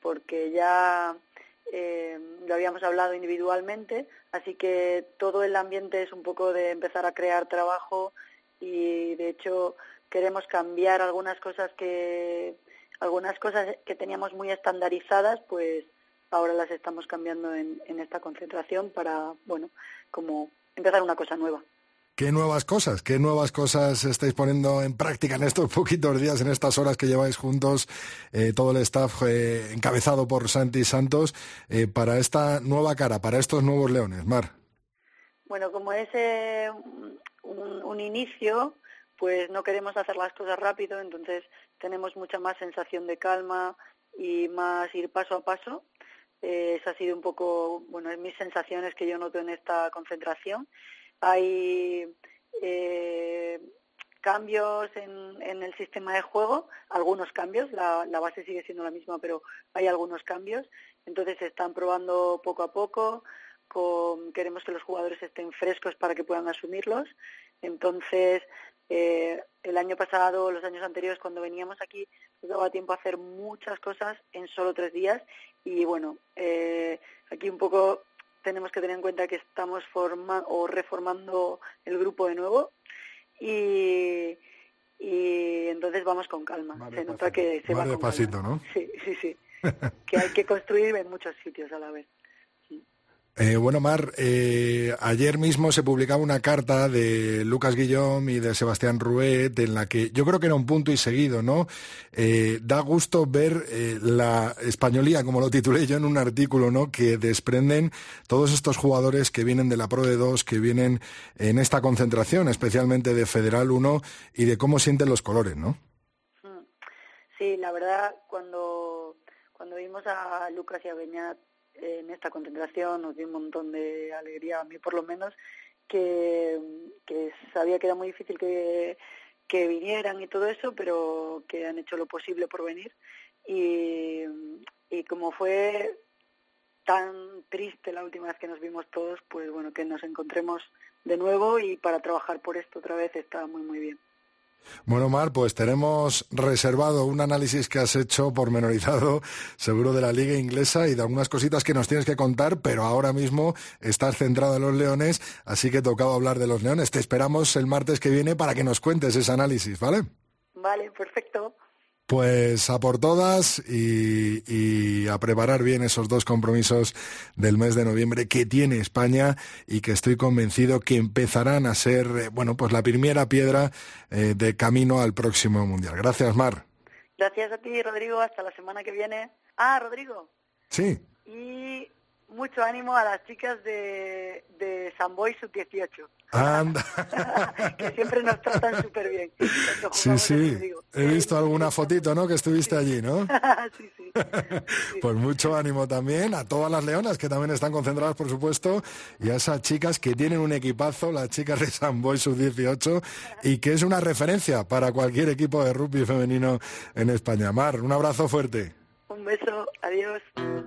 S9: ya lo habíamos hablado individualmente, así que todo el ambiente es un poco de empezar a crear trabajo y de hecho queremos cambiar algunas cosas que teníamos muy estandarizadas, pues ahora las estamos cambiando en esta concentración para, bueno, como empezar una cosa nueva.
S3: ¿Qué nuevas cosas estáis poniendo en práctica en estos poquitos días, en estas horas que lleváis juntos, todo el staff encabezado por Santi Santos, para esta nueva cara, para estos nuevos Leones, Mar?
S9: Bueno, como es un inicio, pues no queremos hacer las cosas rápido, entonces tenemos mucha más sensación de calma y más ir paso a paso. Esa ha sido un poco, bueno, es mis sensaciones que yo noto en esta concentración. Hay cambios en el sistema de juego, algunos cambios, la base sigue siendo la misma, pero hay algunos cambios, entonces se están probando poco a poco, queremos que los jugadores estén frescos para que puedan asumirlos, entonces el año pasado, los años anteriores, cuando veníamos aquí, nos daba tiempo a hacer muchas cosas en solo 3 días y bueno, aquí un poco tenemos que tener en cuenta que estamos reformando el grupo de nuevo y entonces vamos con calma. Se nota que se va
S3: despacito,
S9: con calma.
S3: ¿no?
S9: Sí. Que hay que construir en muchos sitios a la vez.
S3: Bueno, Mar, ayer mismo se publicaba una carta de Lucas Guillaume y de Sebastián Ruet en la que yo creo que era un punto y seguido, ¿no? Da gusto ver la españolía, como lo titulé yo en un artículo, ¿no? Que desprenden todos estos jugadores que vienen de la Pro D2, que vienen en esta concentración, especialmente de Federal 1, y de cómo sienten los colores, ¿no?
S9: Sí, la verdad, cuando vimos a Lucas y a Beñat en esta concentración nos dio un montón de alegría, a mí por lo menos, que sabía que era muy difícil que vinieran y todo eso, pero que han hecho lo posible por venir y como fue tan triste la última vez que nos vimos todos, pues bueno, que nos encontremos de nuevo y para trabajar por esto otra vez está muy muy bien.
S3: Bueno, Mar, pues tenemos reservado un análisis que has hecho pormenorizado, seguro de la Liga Inglesa y de algunas cositas que nos tienes que contar, pero ahora mismo estás centrado en los Leones, así que tocaba hablar de los Leones. Te esperamos el martes que viene para que nos cuentes ese análisis, ¿vale?
S9: Vale, perfecto.
S3: Pues a por todas y a preparar bien esos 2 compromisos del mes de noviembre que tiene España y que estoy convencido que empezarán a ser, pues la primera piedra de camino al próximo Mundial. Gracias, Mar.
S9: Gracias a ti, Rodrigo. Hasta la semana que viene. Rodrigo.
S3: Sí.
S9: Y mucho ánimo a las chicas de San Boy Sub-18.
S3: Anda.
S9: Que siempre nos tratan súper bien.
S3: Sí. He visto alguna fotito, ¿no? Que estuviste allí, ¿no?
S9: Sí.
S3: Pues mucho ánimo también a todas las leonas que también están concentradas, por supuesto, y a esas chicas que tienen un equipazo, las chicas de San Boy Sub-18, y que es una referencia para cualquier equipo de rugby femenino en España. Mar, un abrazo fuerte.
S9: Un beso, adiós.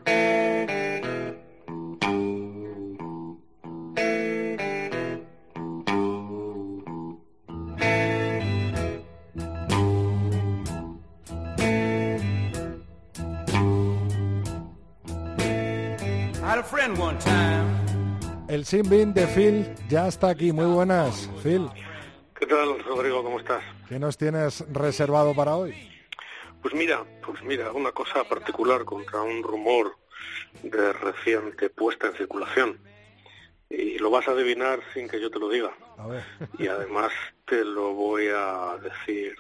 S3: El Sin Bin de Phil ya está aquí. Muy buenas, Phil.
S10: ¿Qué tal, Rodrigo? ¿Cómo estás?
S3: ¿Qué nos tienes reservado para hoy?
S10: Pues mira, una cosa particular contra un rumor de reciente puesta en circulación. Y lo vas a adivinar sin que yo te lo diga.
S3: A ver.
S10: Y además te lo voy a decir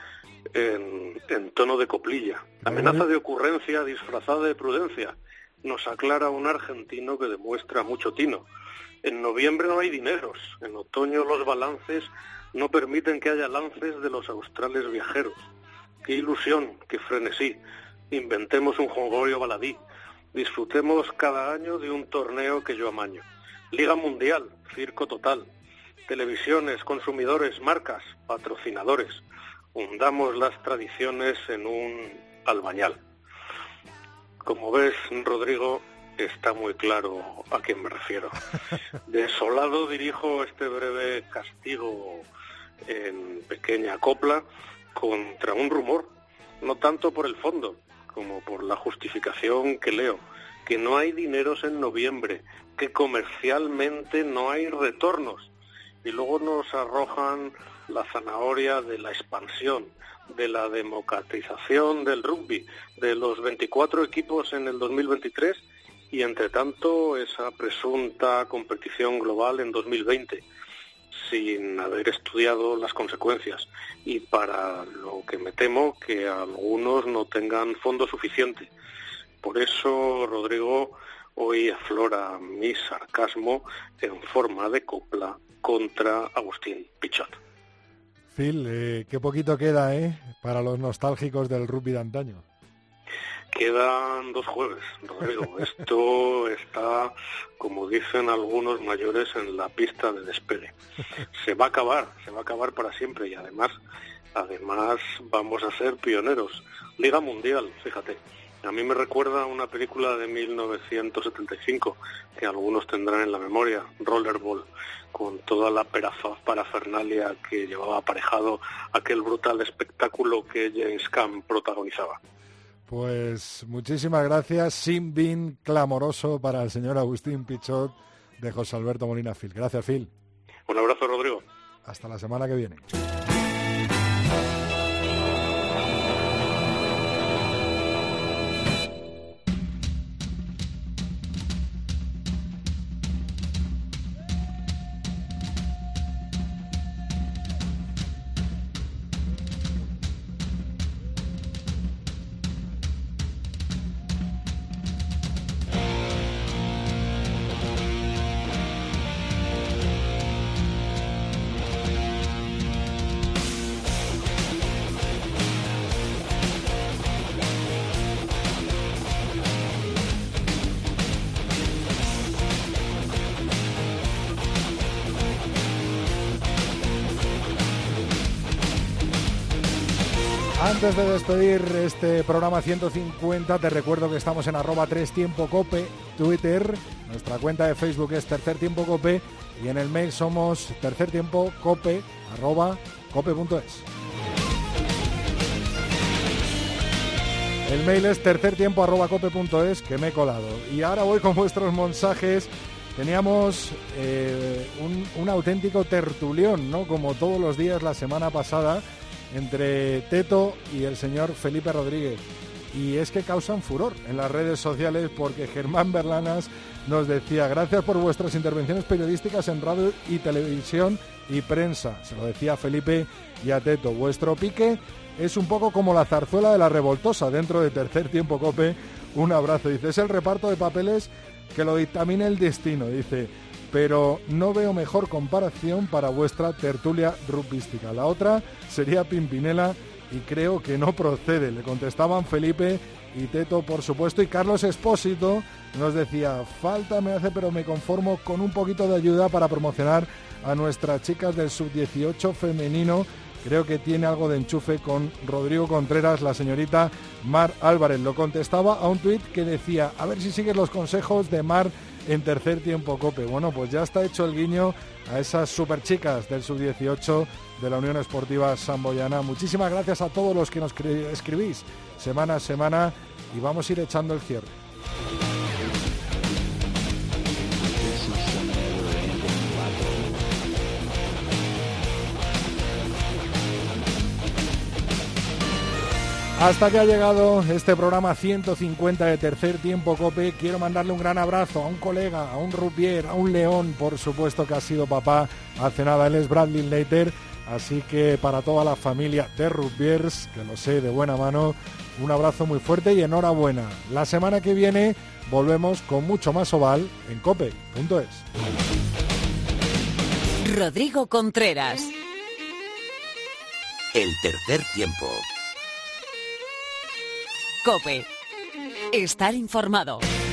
S10: en tono de coplilla. Amenaza de ocurrencia disfrazada de prudencia. Nos aclara un argentino que demuestra mucho tino. En noviembre no hay dineros. En otoño los balances no permiten que haya lances de los australes viajeros. Qué ilusión, qué frenesí. Inventemos un jolgorio baladí. Disfrutemos cada año de un torneo que yo amaño. Liga Mundial, circo total. Televisiones, consumidores, marcas, patrocinadores. Hundamos las tradiciones en un albañal. Como ves, Rodrigo, está muy claro a quién me refiero. Desolado dirijo este breve castigo en pequeña copla contra un rumor, no tanto por el fondo como por la justificación que leo, que no hay dineros en noviembre, que comercialmente no hay retornos, y luego nos arrojan la zanahoria de la expansión, de la democratización del rugby, de los 24 equipos en el 2023 y, entre tanto, esa presunta competición global en 2020, sin haber estudiado las consecuencias, y para lo que me temo que algunos no tengan fondo suficiente. Por eso, Rodrigo, hoy aflora mi sarcasmo en forma de copla contra Agustín Pichot.
S3: Phil, qué poquito queda, para los nostálgicos del rugby de antaño.
S10: Quedan 2 jueves, Rodrigo. Esto está, como dicen algunos mayores, en la pista de despegue. Se va a acabar para siempre, y además vamos a ser pioneros. Liga Mundial, fíjate. A mí me recuerda a una película de 1975 que algunos tendrán en la memoria, Rollerball, con toda la parafernalia que llevaba aparejado aquel brutal espectáculo que James Caan protagonizaba.
S3: Pues muchísimas gracias. Sin bin clamoroso para el señor Agustín Pichot de José Alberto Molina Phil. Gracias, Phil.
S10: Un abrazo, Rodrigo.
S3: Hasta la semana que viene. Antes de despedir este programa 150, te recuerdo que estamos en @3tiempocope, Twitter, nuestra cuenta de Facebook es Tercer Tiempo Cope, y en el mail somos tercertiempocope@cope.es. El mail es tercertiempo@cope.es, que me he colado. Y ahora voy con vuestros mensajes. Teníamos un auténtico tertulión, ¿no? Como todos los días la semana pasada, entre Teto y el señor Felipe Rodríguez. Y es que causan furor en las redes sociales, porque Germán Berlanas nos decía: gracias por vuestras intervenciones periodísticas en radio y televisión y prensa. Se lo decía a Felipe y a Teto. Vuestro pique es un poco como la zarzuela de la revoltosa dentro de Tercer Tiempo Cope. Un abrazo. Dice: es el reparto de papeles que lo dictamine el destino, dice, pero no veo mejor comparación para vuestra tertulia rugbística. La otra sería Pimpinela y creo que no procede. Le contestaban Felipe y Teto, por supuesto, y Carlos Espósito nos decía, falta me hace, pero me conformo con un poquito de ayuda para promocionar a nuestras chicas del sub-18 femenino. Creo que tiene algo de enchufe con Rodrigo Contreras, la señorita Mar Álvarez. Lo contestaba a un tuit que decía, a ver si sigues los consejos de Mar en Tercer Tiempo Cope. Bueno, pues ya está hecho el guiño a esas superchicas del sub-18 de la Unión Esportiva Samboyana. Muchísimas gracias a todos los que nos escribís semana a semana y vamos a ir echando el cierre. Hasta que ha llegado este programa 150 de Tercer Tiempo Cope. Quiero mandarle un gran abrazo a un colega, a un rugbier, a un león, por supuesto, que ha sido papá hace nada. Él es Bradley Leiter. Así que para toda la familia de rugbiers, que lo sé de buena mano, un abrazo muy fuerte y enhorabuena. La semana que viene volvemos con mucho más oval en cope.es.
S1: Rodrigo Contreras.
S2: El Tercer Tiempo.
S1: COPE. Estar informado.